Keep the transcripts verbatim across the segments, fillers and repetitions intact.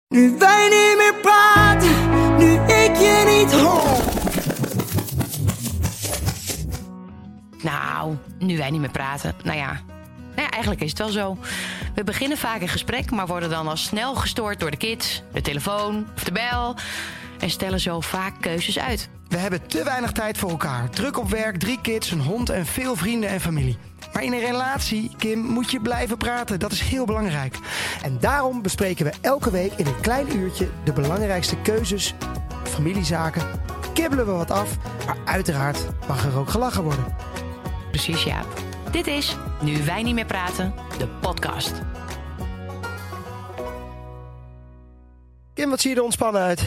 Nu wij niet meer praten, nu ik je niet hoor. Nou, nu wij niet meer praten, nou ja... Nou ja, eigenlijk is het wel zo. We beginnen vaak een gesprek, maar worden dan al snel gestoord door de kids, de telefoon of de bel. En stellen zo vaak keuzes uit. We hebben te weinig tijd voor elkaar. Druk op werk, drie kids, een hond en veel vrienden en familie. Maar in een relatie, Kim, moet je blijven praten. Dat is heel belangrijk. En daarom bespreken we elke week in een klein uurtje de belangrijkste keuzes, familiezaken. Kibbelen we wat af, maar uiteraard mag er ook gelachen worden. Precies, Jaap. Dit is Nu wij niet meer praten, de podcast. Kim, wat zie je er ontspannen uit?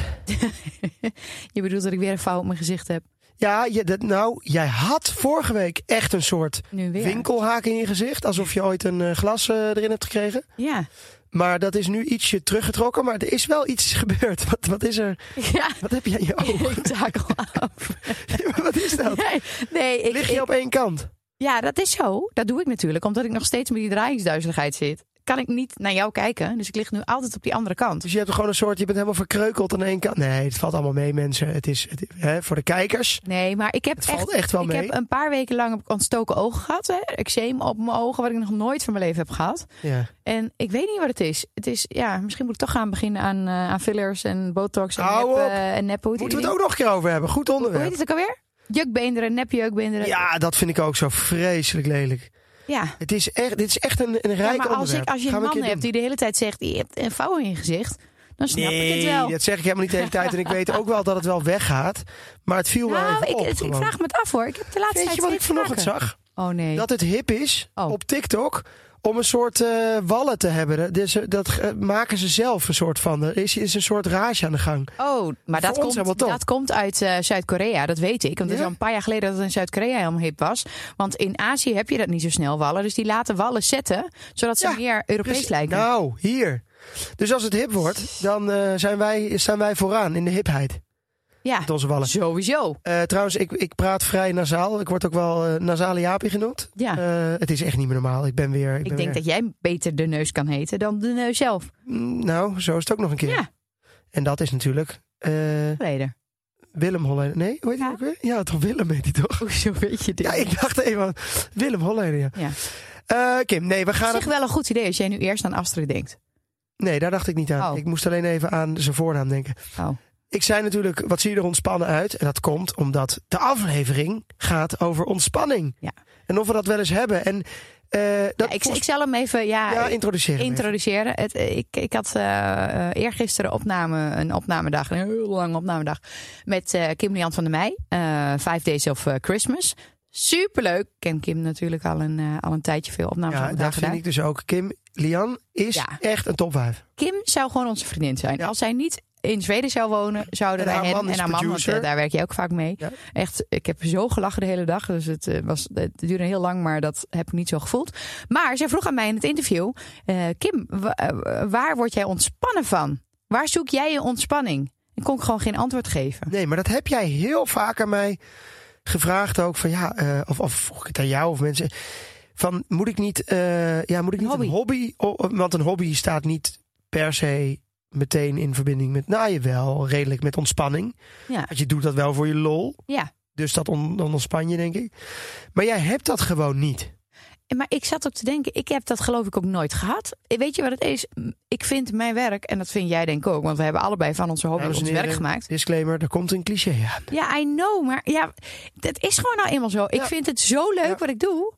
Je bedoelt dat ik weer een fout op mijn gezicht heb? Ja, je, dat, nou, jij had vorige week echt een soort Nu weer. winkelhaak in je gezicht. Alsof je ooit een uh, glas uh, erin hebt gekregen. Ja. Maar dat is nu ietsje teruggetrokken. Maar er is wel iets gebeurd. Wat, wat is er? Ja. Wat heb je aan je ogen? Ik takel af. Ja, wat is dat? Nee, nee ik, Lig je ik, op één kant? Ja, dat is zo. Dat doe ik natuurlijk. Omdat ik nog steeds met die draaiingsduizeligheid zit. Kan ik niet naar jou kijken. Dus ik lig nu altijd op die andere kant. Dus je hebt er gewoon een soort, je bent helemaal verkreukeld aan één kant. Nee, het valt allemaal mee, mensen. Het is, het, hè, voor de kijkers. Nee, maar ik heb Het echt, valt echt wel ik mee. heb een paar weken lang heb ik ontstoken ogen gehad. Hè? Eczeem op mijn ogen, wat ik nog nooit van mijn leven heb gehad. Ja. En ik weet niet wat het is. Het is, ja, misschien moet ik toch gaan beginnen aan, uh, aan fillers en botox en Hou nep, op. uh, en nep. Hoe heet Moeten we die? het ook nog een keer over hebben? Goed Hoe onderwerp. heet het ook alweer? Jukbeenderen, nepjeukbeenderen. Ja, dat vind ik ook zo vreselijk lelijk. Ja. Het is echt, dit is echt een, een rijk Ja, maar als, onderwerp. ik, als je een Gaan we man keer hebt doen. die de hele tijd zegt, je hebt een vouw in je gezicht, dan snap Nee, ik het wel. dat zeg ik helemaal niet de hele tijd. En ik weet ook wel dat het wel weggaat. Maar het viel wel Nou, even ik, op. ik gewoon. vraag me het af hoor. Ik heb de laatste Weet tijd je wat ik steeds vanochtend vaker. zag? Oh nee. Dat het hip is Oh. op TikTok om een soort uh, wallen te hebben. Dus, uh, dat uh, maken ze zelf een soort van. Er is, is een soort rage aan de gang. Oh, maar dat Voor ons helemaal komt, top. dat komt uit uh, Zuid-Korea, dat weet ik. Want het Ja? is al een paar jaar geleden dat het in Zuid-Korea helemaal hip was. Want in Azië heb je dat niet zo snel, wallen. Dus die laten wallen zetten, zodat ze Ja, meer Europees Precies. lijken. Nou, hier. Dus als het hip wordt, dan uh, zijn wij, staan wij vooraan in de hipheid. Ja, Met onze wallen. sowieso. Uh, trouwens, ik, ik praat vrij nasaal. Ik word ook wel uh, nasale Jaapie genoemd. Ja. Uh, het is echt niet meer normaal. Ik ben weer... Ik, Ik ben denk weer... dat jij beter de neus kan heten dan de neus zelf. Mm, Nou, zo is het ook nog een keer. Ja, En dat is natuurlijk... Uh, Holleder. Willem Holleder. Nee, hoe heet hij Ja. ook weer? Ja, toch Willem heet hij toch? Hoezo weet je dit? Ja, ik dacht even... Willem Holleder, ja. Ja. Uh, Kim, nee, we gaan... Het is Het... wel een goed idee als jij nu eerst aan Astrid denkt. Nee, daar dacht ik niet aan. Oh. Ik moest alleen even aan zijn voornaam denken. Oh. Ik zei natuurlijk, wat zie je er ontspannen uit? En dat komt omdat de aflevering gaat over ontspanning. Ja. En of we dat wel eens hebben. En, uh, dat Ja, ik, volgens- ik zal hem even ja, Ja, introduceren. hem even. introduceren. Het, ik, ik had uh, uh, eergisteren opname, een opnamedag, een heel lange opnamedag, met uh, Kim Lian van der Meij. Uh, Five Days of uh, Christmas. Superleuk. Ik ken Kim natuurlijk al een, uh, al een tijdje veel opnames Ja, van dat gedaan. vind ik dus ook. Kim Lian is Ja. echt een top vijf. Kim zou gewoon onze vriendin zijn. Ja. Als zij niet in Zweden zou wonen, zouden En wij haar hen man is en haar man, want producer. uh, daar werk je ook vaak mee. Ja. Echt, ik heb zo gelachen de hele dag. Dus het, uh, was, het duurde heel lang, maar dat heb ik niet zo gevoeld. Maar zij vroeg aan mij in het interview, uh, Kim, wa- uh, waar word jij ontspannen van? Waar zoek jij je ontspanning? En kon ik gewoon geen antwoord geven. Nee, maar dat heb jij heel vaak aan mij gevraagd ook. Van ja, uh, of, of vroeg ik het aan jou of mensen. Van moet ik niet, uh, ja, moet ik Een niet hobby. een hobby? O- Want een hobby staat niet per se meteen in verbinding met, nou je wel, redelijk met ontspanning. Ja, Want je doet dat wel voor je lol. ja. Dus dat on, dan ontspan je, denk ik. Maar jij hebt dat gewoon niet. Maar ik zat ook te denken, ik heb dat geloof ik ook nooit gehad. Weet je wat het is? Ik vind mijn werk, en dat vind jij denk ik ook, want we hebben allebei van onze hobby Dames en ons werk heren, gemaakt. Disclaimer, er komt een cliché aan. Ja, I know, maar ja, dat is gewoon nou eenmaal zo. Ik Ja. vind het zo leuk Ja. wat ik doe.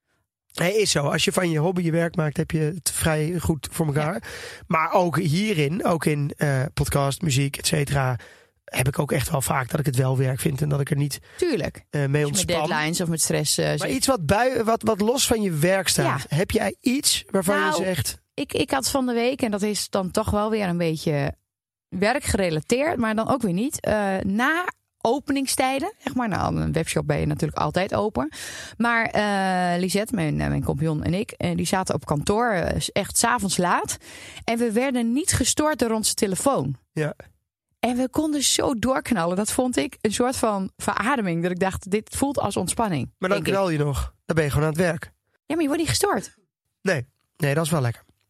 Nee, is zo. Als je van je hobby je werk maakt, heb je het vrij goed voor elkaar. Maar ook hierin, ook in uh, podcast, muziek, et cetera, heb ik ook echt wel vaak dat ik het wel werk vind en dat ik er niet Tuurlijk. uh, mee Als je met ontspan. deadlines of met stress uh, Maar zit. iets wat, bui, wat, wat los van je werk staat. Heb jij iets waarvan Nou, je zegt... Ik, ik had van de week, en dat is dan toch wel weer een beetje werkgerelateerd, maar dan ook weer niet. Uh, na openingstijden, zeg maar. Nou, een webshop ben je natuurlijk altijd open. Maar uh, Lisette, mijn, mijn compagnon en ik, uh, die zaten op kantoor uh, echt 's avonds laat. En we werden niet gestoord door onze telefoon. Ja. En we konden zo doorknallen. Dat vond ik een soort van verademing. Dat ik dacht, dit voelt als ontspanning. Maar dan denk ik. knal je nog. Dan ben je gewoon aan het werk. Ja, maar je wordt niet gestoord. Nee, nee, dat is wel lekker.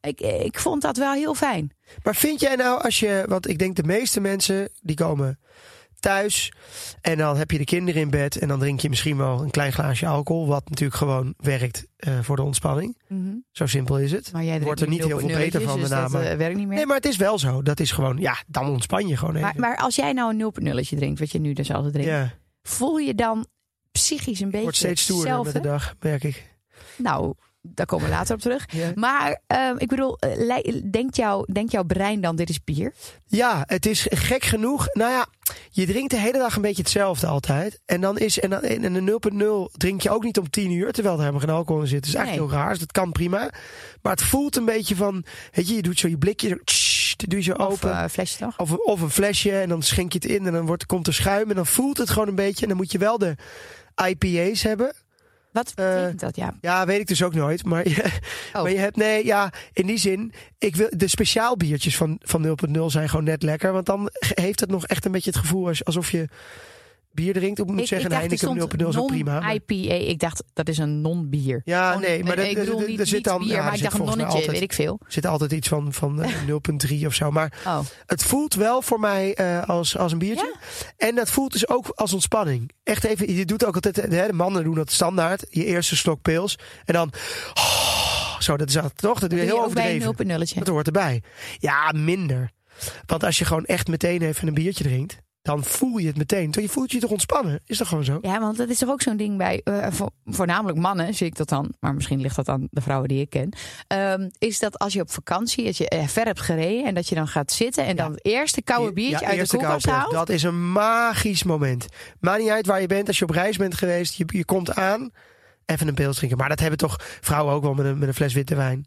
Ik, ik vond dat wel heel fijn. Maar vind jij nou als je... Want ik denk de meeste mensen die komen thuis en dan heb je de kinderen in bed en dan drink je misschien wel een klein glaasje alcohol, wat natuurlijk gewoon werkt uh, voor de ontspanning. Mm-hmm. Zo simpel is het. Maar jij wordt er niet heel veel beter van dus daarna. Dat uh, werkt niet meer. Nee, maar het is wel zo. Dat is gewoon, ja, dan ontspan je gewoon even. Maar, maar als jij nou een nul punt nul drinkt, wat je nu dus altijd drinkt, ja. voel je dan psychisch een beetje wordt steeds stoerder hetzelfde? met de dag, merk ik. Nou, daar komen we later op terug. Ja. Maar uh, ik bedoel, uh, denkt, jou, denkt jouw brein dan dit is bier? Ja, het is gek genoeg. Nou ja, je drinkt de hele dag een beetje hetzelfde altijd. En dan is en, dan, en een nul punt nul drink je ook niet om tien uur, terwijl er helemaal geen alcohol in zit. Dat is eigenlijk Nee. heel raar. Dus dat kan prima. Maar het voelt een beetje van, weet je, je doet zo je blikje, zo, tsch, doe je zo Of open. uh, flesje toch? Of, of een flesje en dan schenk je het in en dan wordt, komt er schuim en dan voelt het gewoon een beetje. En dan moet je wel de I P A's hebben. Wat betekent dat, ja? Ja, weet ik dus ook nooit. Maar je, Oh. maar je hebt, nee, ja, in die zin, ik wil, de speciaal biertjes van, van nul punt nul zijn gewoon net lekker. Want dan heeft het nog echt een beetje het gevoel als, alsof je bier drinkt. Ik moet Ik, zeggen, ik dacht, er Heineken nul punt nul is ook prima. maar- I P A, ik dacht dat is een non-bier. Ja, Gewoon- nee, maar dat- ik bedoel er- niet, er zit niet dan- bier, ja, er maar ik zit dacht een volgens mij nonnetje, altijd- weet ik veel. Er zit altijd iets van, van uh, nul punt drie of zo. Maar Oh. het voelt wel voor mij uh, als, als een biertje. En dat voelt dus ook als ontspanning. Echt even, je doet ook altijd, hè, de mannen doen dat standaard. Je eerste slok pils. En dan, oh, zo, dat is dat toch? Dat doe je heel ook bij een nul overdreven. punt nul. Dat hoort erbij. Ja, minder. Want als je gewoon echt meteen even een biertje drinkt, dan voel je het meteen. Je voelt je toch ontspannen? Is dat gewoon zo? Ja, want dat is toch ook zo'n ding bij, uh, vo- voornamelijk mannen, zie ik dat dan, maar misschien ligt dat aan de vrouwen die ik ken. Um, is dat als je op vakantie, dat je uh, ver hebt gereden en dat je dan gaat zitten en Ja. dan het eerste koude biertje Ja, uit de eerste koelkast koude haalt. pils. Dat is een magisch moment. Maakt niet uit waar je bent. Als je op reis bent geweest, je, je komt aan, even een pils drinken. Maar dat hebben toch vrouwen ook wel met een, met een fles witte wijn.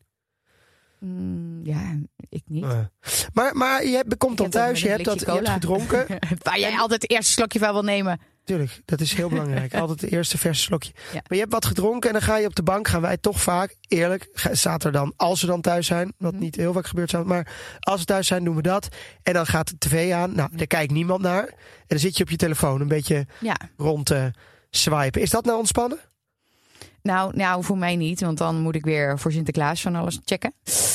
Mm, ja, ik niet. Uh. Maar, maar je hebt, komt dan heb dat thuis, je met hebt, een dat, je hebt blikje gedronken. Waar jij altijd het eerste slokje van wil nemen. Tuurlijk, dat is heel belangrijk. Altijd het eerste verse slokje. Ja. Maar je hebt wat gedronken en dan ga je op de bank. Gaan wij toch vaak, eerlijk, ga- staat er dan, als we dan thuis zijn. Wat Mhm. niet heel vaak gebeurt zou, maar als we thuis zijn doen we dat. En dan gaat de tv aan. Nou, daar kijkt niemand naar. En dan zit je op je telefoon een beetje Ja. rond te swipen. Is dat nou ontspannen? Nou, nou, voor mij niet, want dan moet ik weer voor Sinterklaas van alles checken.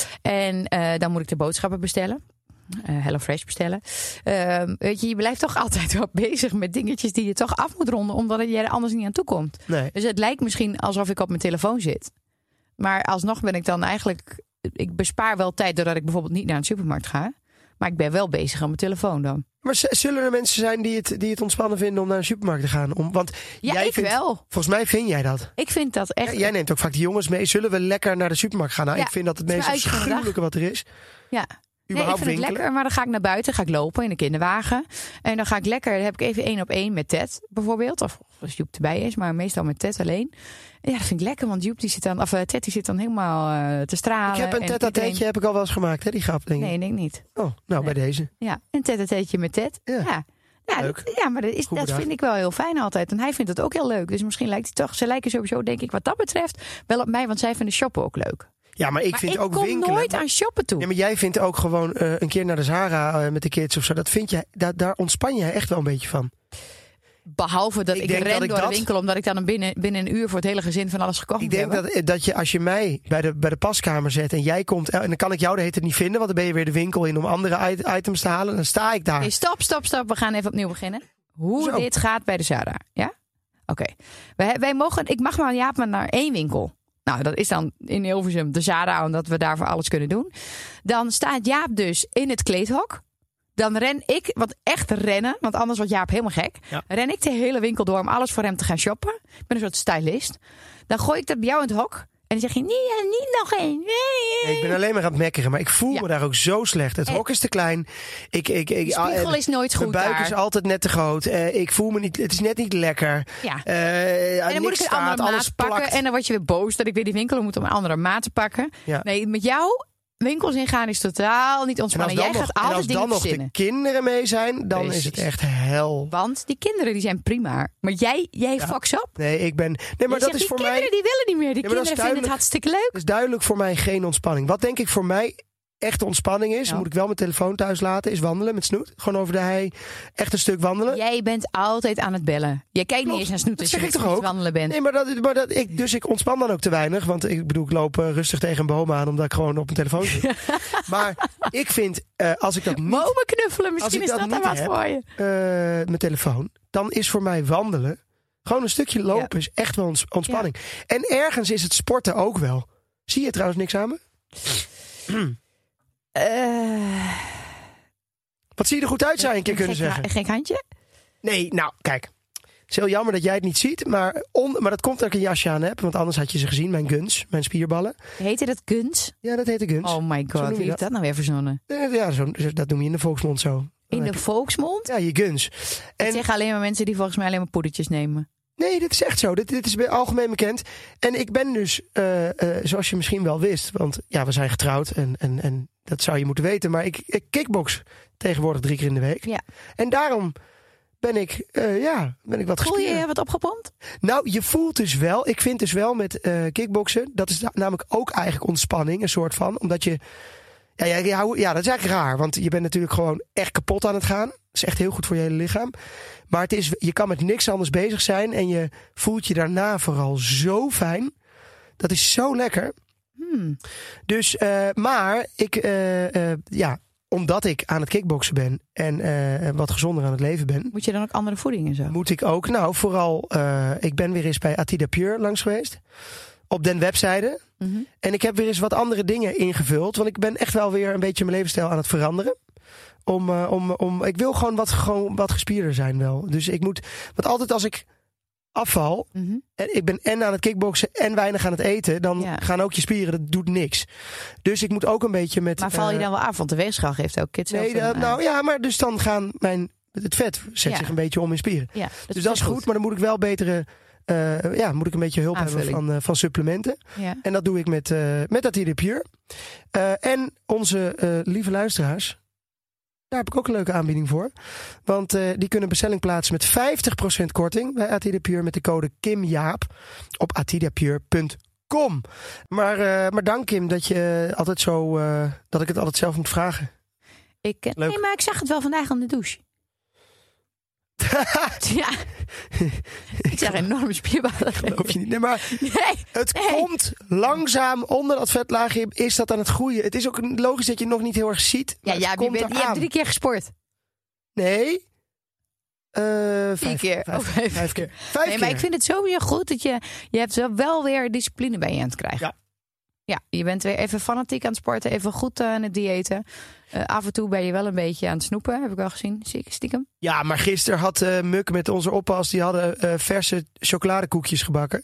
En uh, dan moet ik de boodschappen bestellen. Uh, HelloFresh bestellen. Uh, weet je, je blijft toch altijd wel bezig met dingetjes die je toch af moet ronden, omdat je er anders niet aan toe komt. Nee. Dus het lijkt misschien alsof ik op mijn telefoon zit. Maar alsnog ben ik dan eigenlijk... Ik bespaar wel tijd doordat ik bijvoorbeeld niet naar een supermarkt ga. Maar ik ben wel bezig aan mijn telefoon dan. Maar z- zullen er mensen zijn die het, die het ontspannen vinden om naar een supermarkt te gaan? Om, want Ja, jij ik vindt, wel. Volgens mij vind jij dat. Ik vind dat echt... Ja, jij neemt ook vaak de jongens mee. Zullen we lekker naar de supermarkt gaan? Nou, Ja, ik vind dat het het is meest wel uitje van de afschuwelijke wat er is. Ja. Nee, ik Überhaupt vind het winkelen. lekker, maar dan ga ik naar buiten, ga ik lopen in de kinderwagen. En dan ga ik lekker, dan heb ik even één op één met Ted bijvoorbeeld. Of als Joep erbij is, maar meestal met Ted alleen. En ja, dat vind ik lekker, want Joep die zit dan, of uh, Ted die zit dan helemaal uh, te stralen. Ik heb een en tête-à-tête, iedereen- heb ik al wel eens gemaakt, hè, die grap, denk ik. Nee, ik denk niet. Oh, nou, bij Nee. deze. Ja, een tête-à-têtje met Ted. Ja. Ja. Ja, Leuk. dat, ja, maar dat, is, Goed dat bedacht. vind ik wel heel fijn altijd. En hij vindt het ook heel leuk. Dus misschien lijkt hij toch... Ze lijken sowieso, denk ik, wat dat betreft... wel op mij, want zij vinden shoppen ook leuk. Ja, maar ik maar vind ik ook kom winkelen... nooit aan shoppen toe. Ja, maar jij vindt ook gewoon uh, een keer naar de Zara uh, met de kids of zo. Dat vind je, daar, daar ontspan je echt wel een beetje van. Behalve dat Ik ik, denk ren dat ik door dat- de winkel... omdat ik dan binnen, binnen een uur voor het hele gezin van alles gekocht Ik moet denk hebben. dat, dat je als je mij bij de, bij de paskamer zet en jij komt... en dan kan ik jou de hele tijd niet vinden, want dan ben je weer de winkel in om andere it- items te halen. Dan sta ik daar. Nee, stop, stop, stop. We gaan even opnieuw beginnen. Hoe Zo. dit gaat bij de Zara. Ja? Oké. Wij, wij mogen... Ik mag maar Jaap maar naar één winkel. Nou, dat is dan in Hilversum de Zara, omdat we daarvoor alles kunnen doen. Dan staat Jaap dus in het kleedhok. Dan ren ik, want echt rennen, want anders wordt Jaap helemaal gek. Ja. Ren ik de hele winkel door om alles voor hem te gaan shoppen. Ik ben een soort stylist. Dan gooi ik dat bij jou in het hok. En dan zeg je, nee, ja, niet nog één. Nee. Ik ben alleen maar aan het mekkeren, maar ik voel Ja. me daar ook zo slecht. Het En- hok is te klein. Ik, ik, ik, De spiegel ah, is nooit goed Mijn buik daar. is altijd net te groot. Eh, ik voel me niet, het is net niet lekker. Ja. Eh, En dan moet ik een andere maat pakken. En dan word je weer boos dat ik weer die winkel moet om een andere maat te pakken. Ja. Nee, met jou winkels ingaan is totaal niet En als ontspannen. dan, Jij nog, gaat en als altijd dan dingen nog de verzinnen. kinderen mee zijn, dan Precies. is het echt hel. Want die kinderen die zijn prima. Maar jij, jij Ja. fucks up. Nee, ik ben. Nee, maar Jij dat zegt, is die voor kinderen mij. die willen niet meer. Die Ja, maar dat is kinderen vinden het duidelijk. hartstikke leuk. Dat is duidelijk voor mij geen ontspanning. Wat denk ik voor mij echte ontspanning is, Ja. moet ik wel mijn telefoon thuis laten, is wandelen met Snoet. Gewoon over de hei, echt een stuk wandelen. Jij bent altijd aan het bellen. Jij kijkt Klopt, niet eens naar Snoet dat als je zeg ik met toch Snoet ook? wandelen bent. Nee, maar, dat, maar dat, ik, dus ik ontspan dan ook te weinig. Want ik bedoel, ik loop uh, rustig tegen een boom aan, omdat ik gewoon op mijn telefoon zit. Maar ik vind, uh, als ik dat niet, Bomen knuffelen, Als misschien ik is dat dat dan niet wat heb, voor je. uh, mijn telefoon, dan is voor mij wandelen, gewoon een stukje lopen, Ja. is echt wel ons, ontspanning. En ergens is het sporten ook wel. Zie je trouwens niks aan me? Uh, Wat zie je er goed uit, zou je een keer een kunnen gek, zeggen? Een gek handje? Nee, nou, kijk. Het is heel jammer dat jij het niet ziet. Maar, on, maar dat komt dat ik een jasje aan heb. Want anders had je ze gezien, mijn guns, mijn spierballen. Heette dat guns? Ja, dat heet de guns. Oh my Zo noem god, je wie heeft dat. dat nou weer verzonnen? Eh, Ja, zo, dat noem je in de volksmond zo. In de volksmond? Ja, je guns. Dat En zeggen alleen maar mensen die volgens mij alleen maar poedertjes nemen. nee, dit is echt zo. Dit, dit is bij algemeen bekend. En ik ben dus, uh, uh, zoals je misschien wel wist. Want ja, we zijn getrouwd en, en, en dat zou je moeten weten. Maar ik, ik kickbox tegenwoordig drie keer in de week. Ja. En daarom ben ik, uh, ja, ben ik wat Voel je gespierd. je wat opgepompt? Nou, je voelt dus wel, ik vind dus wel met uh, kickboksen, dat is namelijk ook eigenlijk ontspanning, een soort van. Omdat je, ja, ja, ja, ja, dat is eigenlijk raar, want je bent natuurlijk gewoon echt kapot aan het gaan. Dat is echt heel goed voor je hele lichaam. Maar het is, je kan met niks anders bezig zijn en je voelt je daarna vooral zo fijn. Dat is zo lekker. Hmm. Dus, uh, maar ik, uh, uh, ja, omdat ik aan het kickboksen ben en uh, wat gezonder aan het leven ben, Moet je dan ook andere voeding en zo? moet ik ook, nou vooral, uh, ik ben weer eens bij Atida Pure langs geweest. Op den website. Mm-hmm. En ik heb weer eens wat andere dingen ingevuld. Want ik ben echt wel weer een beetje mijn levensstijl aan het veranderen. Om, uh, om, om, ik wil gewoon wat, gewoon wat gespierder zijn wel. Dus ik moet, want altijd als ik afval, Mm-hmm. en ik ben en aan het kickboksen en weinig aan het eten, dan Ja. gaan ook je spieren, dat doet niks. Dus ik moet ook een beetje met... Maar val je uh, dan wel af? Want de weegschaal geeft ook kids Nee, zelf uh, een, nou ja, maar dus dan gaan mijn, het vet zet Ja. zich een beetje om in spieren. ja, Dus dat is goed, maar dan moet ik wel betere, uh, ja, moet ik een beetje hulp Aanvulling. hebben van, uh, van supplementen. Ja. En dat doe ik met, uh, met Atida Pure. Uh, en onze uh, lieve luisteraars, daar heb ik ook een leuke aanbieding voor. Want uh, die kunnen bestelling plaatsen met vijftig procent korting bij Atida Pure met de code KIMJAAP op atidapure punt com. Maar, uh, maar dank Kim dat je altijd zo, uh, dat ik het altijd zelf moet vragen. Ik, Leuk. nee, maar ik zag het wel vandaag aan de douche. Ja, ik zag enorme spierballen. Geloof je niet? Nee, maar Nee, het Nee. komt langzaam onder dat vetlaagje, is dat aan het groeien. Het is ook logisch dat je het nog niet heel erg ziet. ja, maar ja het je, komt bent, je eraan. hebt drie keer gesport. Nee. Uh, Vier vijf, keer. Vijf, Oh, vijf vijf keer. keer. Vijf Nee, maar keer. ik vind het sowieso goed dat je... Je hebt zo wel weer discipline bij je aan het krijgen. Ja. Ja, je bent weer even fanatiek aan het sporten. Even goed uh, aan het diëten. Uh, af en toe ben je wel een beetje aan het snoepen. Heb ik wel gezien. Zie ik stiekem. Ja, maar gisteren had uh, Muk met onze oppas, die hadden uh, verse chocoladekoekjes gebakken.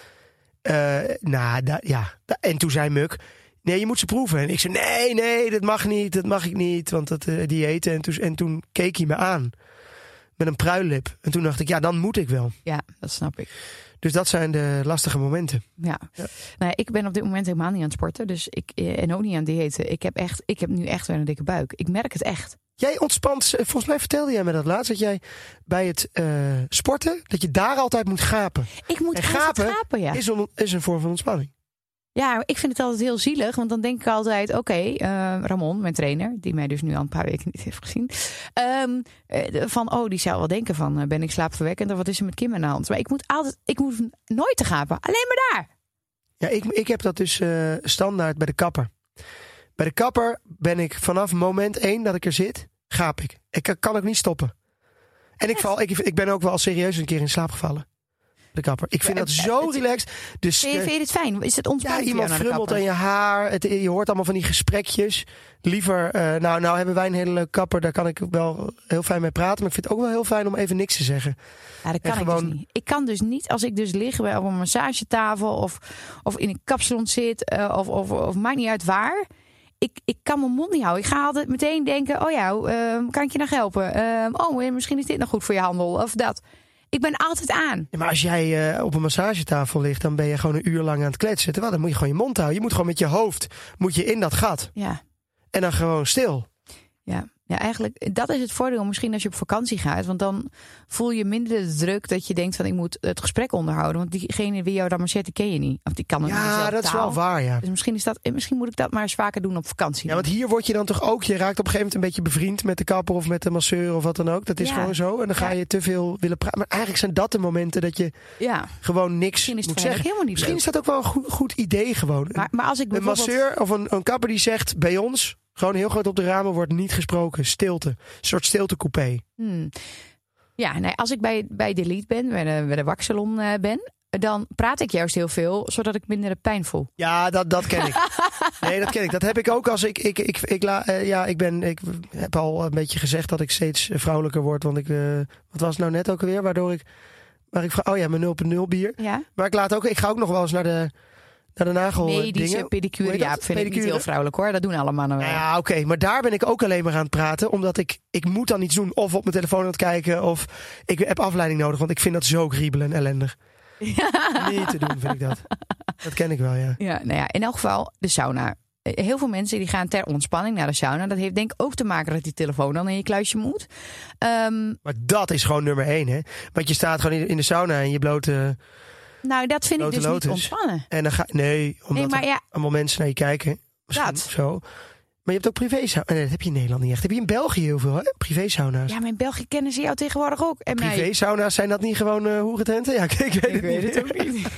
Uh, nou, da, ja. Da, en toen zei Muk, nee, je moet ze proeven. En ik zei, nee, nee, dat mag niet, dat mag ik niet, want dat uh, diëten. En toen, en toen keek hij me aan met een pruillip. En toen dacht ik, ja, dan moet ik wel. Ja, dat snap ik. Dus dat zijn de lastige momenten. Ja. Ja. Nou, ik ben op dit moment helemaal niet aan het sporten. Dus ik, en ook niet aan het diëten. Ik heb, echt, ik heb nu echt weer een dikke buik. Ik merk het echt. Jij ontspant, volgens mij vertelde jij me dat laatst, dat jij bij het uh, sporten, dat je daar altijd moet gapen. Ik moet En altijd gapen gapen, ja. Is, on, is een vorm van ontspanning. Ja, ik vind het altijd heel zielig. Want dan denk ik altijd, oké, okay, uh, Ramon, mijn trainer, die mij dus nu al een paar weken niet heeft gezien. Um, uh, van, oh, die zou wel denken van, uh, ben ik slaapverwekkend of wat is er met Kim aan de hand? Maar ik moet altijd, ik moet nooit te gapen. Alleen maar daar. Ja, ik, ik heb dat dus uh, standaard bij de kapper. Bij de kapper ben ik vanaf moment één dat ik er zit, gaap ik. Ik kan ook niet stoppen. En ik, val, ik, ik ben ook wel serieus een keer in slaap gevallen. De kapper. Ik vind Ja, dat zo het, relaxed. Dus, vind, je, vind je dit fijn? Is het ja, ontspanning? iemand frummelt aan je haar. Het, je hoort allemaal van die gesprekjes. Liever, uh, nou, nou hebben wij een hele leuke kapper. Daar kan ik wel heel fijn mee praten. Maar ik vind het ook wel heel fijn om even niks te zeggen. Ja, dat kan en ik gewoon... dus niet. Ik kan dus niet, als ik dus lig bij op een massagetafel of, of in een kapsalon zit, uh, of, of, of maakt niet uit waar. Ik, ik kan mijn mond niet houden. Ik ga altijd meteen denken, oh ja, uh, kan ik je nog helpen? Uh, oh, misschien is dit nog goed voor je handel of dat. Ik ben altijd aan. Ja, maar als jij uh, op een massagetafel ligt, dan ben je gewoon een uur lang aan het kletsen. Terwijl dan moet je gewoon je mond houden. Je moet gewoon met je hoofd moet je in dat gat. Ja. En dan gewoon stil. Ja, ja eigenlijk, dat is het voordeel misschien als je op vakantie gaat. Want dan voel je minder de druk dat je denkt van ik moet het gesprek onderhouden. Want diegene wie jou dan maar zet, die ken je niet. Of die kan het niet. Ja, dat is wel waar, ja. Dus misschien, is dat, misschien moet ik dat maar eens vaker doen op vakantie. Ja, want hier word je dan toch ook, je raakt op een gegeven moment een beetje bevriend met de kapper of met de masseur of wat dan ook. Dat is ja. gewoon zo. En dan ga je ja. te veel willen praten. Maar eigenlijk zijn dat de momenten dat je ja. gewoon niks Misschien is het moet voor zeggen. helemaal niet Misschien leuk. is dat ook wel een goed, goed idee gewoon. Maar, maar als ik een bijvoorbeeld... masseur of een, een kapper die zegt bij ons, gewoon heel groot op de ramen, wordt niet gesproken. Stilte. Een soort stiltecoupé. Hmm. Ja, nee, als ik bij, bij Delete ben, bij de, bij de waksalon uh, ben, dan praat ik juist heel veel, zodat ik minder de pijn voel. Ja, dat, dat ken ik. Nee, dat ken ik. Dat heb ik ook als ik... ik, ik, ik, la, uh, ja, ik, ben, ik heb al een beetje gezegd dat ik steeds vrouwelijker word. Want ik... Uh, wat was het nou net ook alweer? Waardoor ik... Waar ik oh ja, mijn nul punt nul bier. Ja? Maar ik, laat ook, ik ga ook nog wel eens naar de, naar de nagel Medische dingen. pedicure, ja, vind pedicure? ik niet heel vrouwelijk hoor. Dat doen alle mannen wel. Ja, oké. Okay, maar daar ben ik ook alleen maar aan het praten. Omdat ik... Ik moet dan iets doen. Of op mijn telefoon aan het kijken. Of ik heb afleiding nodig. Want ik vind dat zo kriebelen en ellendig. Ja. Niet te doen, vind ik dat. Dat ken ik wel, ja. Ja, nou ja, in elk geval de sauna. Heel veel mensen die gaan ter ontspanning naar de sauna. Dat heeft denk ik ook te maken dat die telefoon dan in je kluisje moet. Um, maar dat is gewoon nummer één, hè? Want je staat gewoon in de sauna en je blote... Nou, dat vind ik dus lotus. niet ontspannen. En dan ga Nee, omdat nee, maar ja, er allemaal mensen naar je kijken. Misschien dat. Zo. Maar je hebt ook privé-sauna's. Nee, dat heb je in Nederland niet echt. Heb je in België heel veel, hè? Privé-sauna's. Ja, maar in België kennen ze jou tegenwoordig ook. En privé-sauna's, zijn dat niet gewoon uh, hoerententen? Ja, ik, ik weet, ik het, weet niet. het ook niet.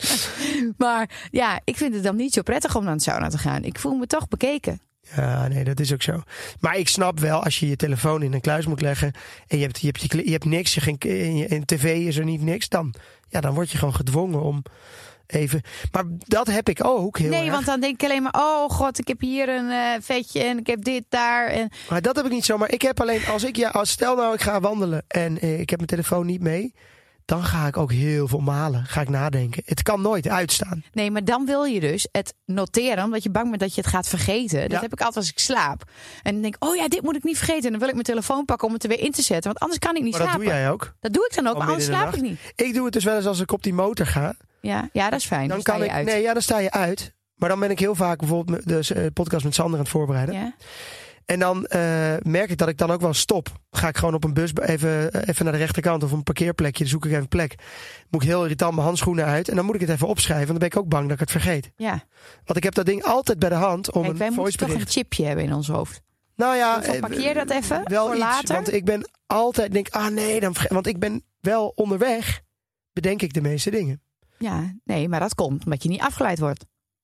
Maar ja, ik vind het dan niet zo prettig om naar de sauna te gaan. Ik voel me toch bekeken. Ja, nee, dat is ook zo. Maar ik snap wel, als je je telefoon in een kluis moet leggen en je hebt, je hebt, je, je hebt niks, je geen, in, in tv is er niet niks, dan, ja, dan word je gewoon gedwongen om even... Maar dat heb ik ook heel Nee, erg. want dan denk ik alleen maar, oh god, ik heb hier een uh, vetje en ik heb dit daar. En... Maar dat heb ik niet zo. Maar ik heb alleen, als ik, ja, als stel nou ik ga wandelen en eh, ik heb mijn telefoon niet mee, dan ga ik ook heel veel malen. Ga ik nadenken. Het kan nooit uitstaan. Nee, maar dan wil je dus het noteren, omdat je bang bent dat je het gaat vergeten. Dat ja. heb ik altijd als ik slaap. En dan denk ik, oh ja, dit moet ik niet vergeten. En dan wil ik mijn telefoon pakken om het er weer in te zetten. Want anders kan ik niet maar slapen. dat doe jij ook. Dat doe ik dan ook, Al maar anders slaap ik niet. Ik doe het dus wel eens als ik op die motor ga. Ja, ja dat is fijn. Dan, dan kan sta je ik, uit. nee, ja, dan sta je uit. Maar dan ben ik heel vaak bijvoorbeeld de uh, podcast met Sander aan het voorbereiden. Ja. En dan uh, merk ik dat ik dan ook wel stop. Ga ik gewoon op een bus even, even naar de rechterkant of een parkeerplekje. Dan zoek ik even een plek. Moet ik heel irritant mijn handschoenen uit. En dan moet ik het even opschrijven. Want dan ben ik ook bang dat ik het vergeet. Ja. Want ik heb dat ding altijd bij de hand om Kijk, wij een voicebericht. moeten toch een chipje hebben in ons hoofd. Nou ja, dus parkeer dat even wel voor iets, later. Want ik ben altijd denk, ah nee, dan vergeet. Want ik ben wel onderweg. Bedenk ik de meeste dingen. Ja, nee, maar dat komt omdat je niet afgeleid wordt.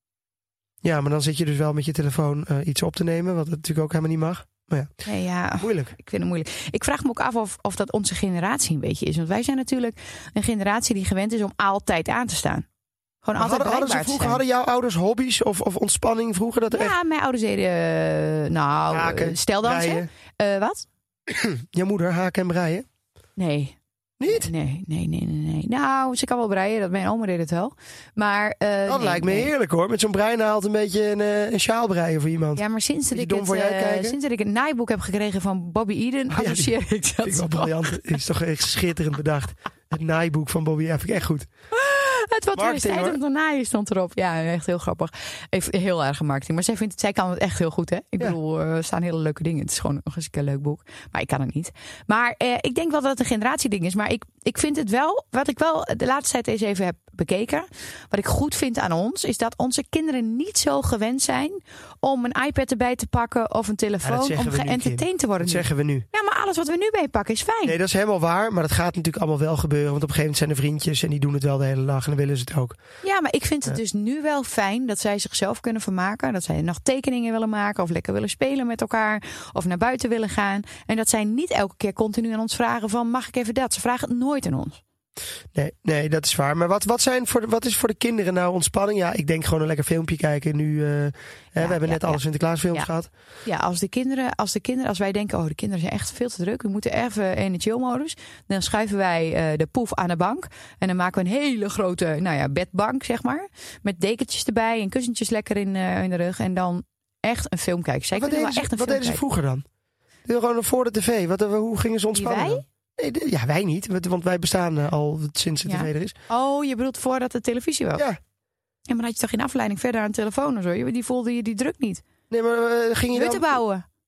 Ja, maar dan zit je dus wel met je telefoon uh, iets op te nemen. Wat natuurlijk ook helemaal niet mag. Maar ja, nee, ja, moeilijk. Ik vind het moeilijk. Ik vraag me ook af of, of dat onze generatie een beetje is. Want wij zijn natuurlijk een generatie die gewend is om altijd aan te staan. Gewoon altijd hadden, hadden, ze vroeger, hadden jouw ouders hobby's of, of ontspanning vroeger? Dat er ja, echt... mijn ouders deden, uh, nou, haken, steldansen. Uh, wat? Jouw moeder haken en breien? Nee. Niet? Nee, nee, nee, nee, nee. Nou, ze kan wel breien. Dat mijn oma deed het wel. Maar, uh, dat nee, lijkt me nee. heerlijk hoor. Met zo'n breinaald een beetje een, een sjaal breien voor iemand. Ja, maar sinds dat, ik dom het, voor jou uh, sinds dat ik een naaiboek heb gekregen van Bobby Eden, oh, ja, associeer die, ik dat. Ik wel briljant. Het is toch echt schitterend bedacht. Het naaiboek van Bobby, ja, vind ik echt goed. Het wat Marketing, tijd om te naaien stond erop. Ja, echt heel grappig. Even heel erg marketing. Maar zij, vindt het, zij kan het echt heel goed, hè? Ik ja. bedoel, er staan hele leuke dingen. Het is gewoon nog eens een leuk boek. Maar ik kan het niet. Maar eh, ik denk wel dat het een generatieding is. Maar ik, ik vind het wel, wat ik wel de laatste tijd eens even heb bekeken. Wat ik goed vind aan ons, is dat onze kinderen niet zo gewend zijn om een iPad erbij te pakken of een telefoon ja, om geëntertained te worden. Dat zeggen we nu. Ja, maar alles wat we nu bijpakken is fijn. Nee, dat is helemaal waar. Maar dat gaat natuurlijk allemaal wel gebeuren. Want op een gegeven moment zijn er vriendjes en die doen het wel de hele dag. En dan willen ze het ook. Ja, maar ik vind het dus nu wel fijn dat zij zichzelf kunnen vermaken. Dat zij nog tekeningen willen maken of lekker willen spelen met elkaar. Of naar buiten willen gaan. En dat zij niet elke keer continu aan ons vragen van mag ik even dat? Ze vragen het nooit aan ons. Nee, nee, dat is waar. Maar wat, wat, zijn voor de, wat is voor de kinderen nou ontspanning? Ja, ik denk gewoon een lekker filmpje kijken. Nu, uh, ja, hè, we hebben ja, net alle ja. Sinterklaasfilms ja. gehad. Ja, als de kinderen, als de kinderen, als wij denken, oh, de kinderen zijn echt veel te druk. We moeten even in de chill-modus. Dan schuiven wij uh, de poef aan de bank. En dan maken we een hele grote, nou ja, bedbank, zeg maar. Met dekentjes erbij en kussentjes lekker in, uh, in de rug. En dan echt een film kijken. Zij wat kunnen deden, wel echt ze, een wat film deden ze kijken. vroeger dan? Deden gewoon voor de tv. Wat, hoe gingen ze ontspannen? Wij? Dan? Nee, de, ja, wij niet. Want wij bestaan uh, al sinds de Ja. tv er is. Oh, je bedoelt voordat de televisie was? Ja. Ja, maar dan had je toch geen afleiding verder aan de telefoon of zo? Die voelde je die druk niet. Nee, maar uh, ging je Hutten dan... bouwen.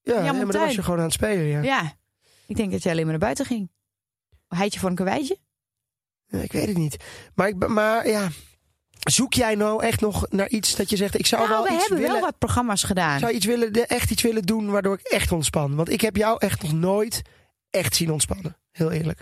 Ja, allemaal ja, maar dan tuin. was je gewoon aan het spelen, ja. Ja, ik denk dat jij alleen maar naar buiten ging. Heidje voor een karweitje? Ja, ik weet het niet. Maar, ik, maar ja, zoek jij nou echt nog naar iets dat je zegt... ik zou Nou, wel we iets hebben willen, wel wat programma's gedaan. zou iets willen, echt iets willen doen waardoor ik echt ontspan. Want ik heb jou echt nog nooit echt zien ontspannen. Heel eerlijk.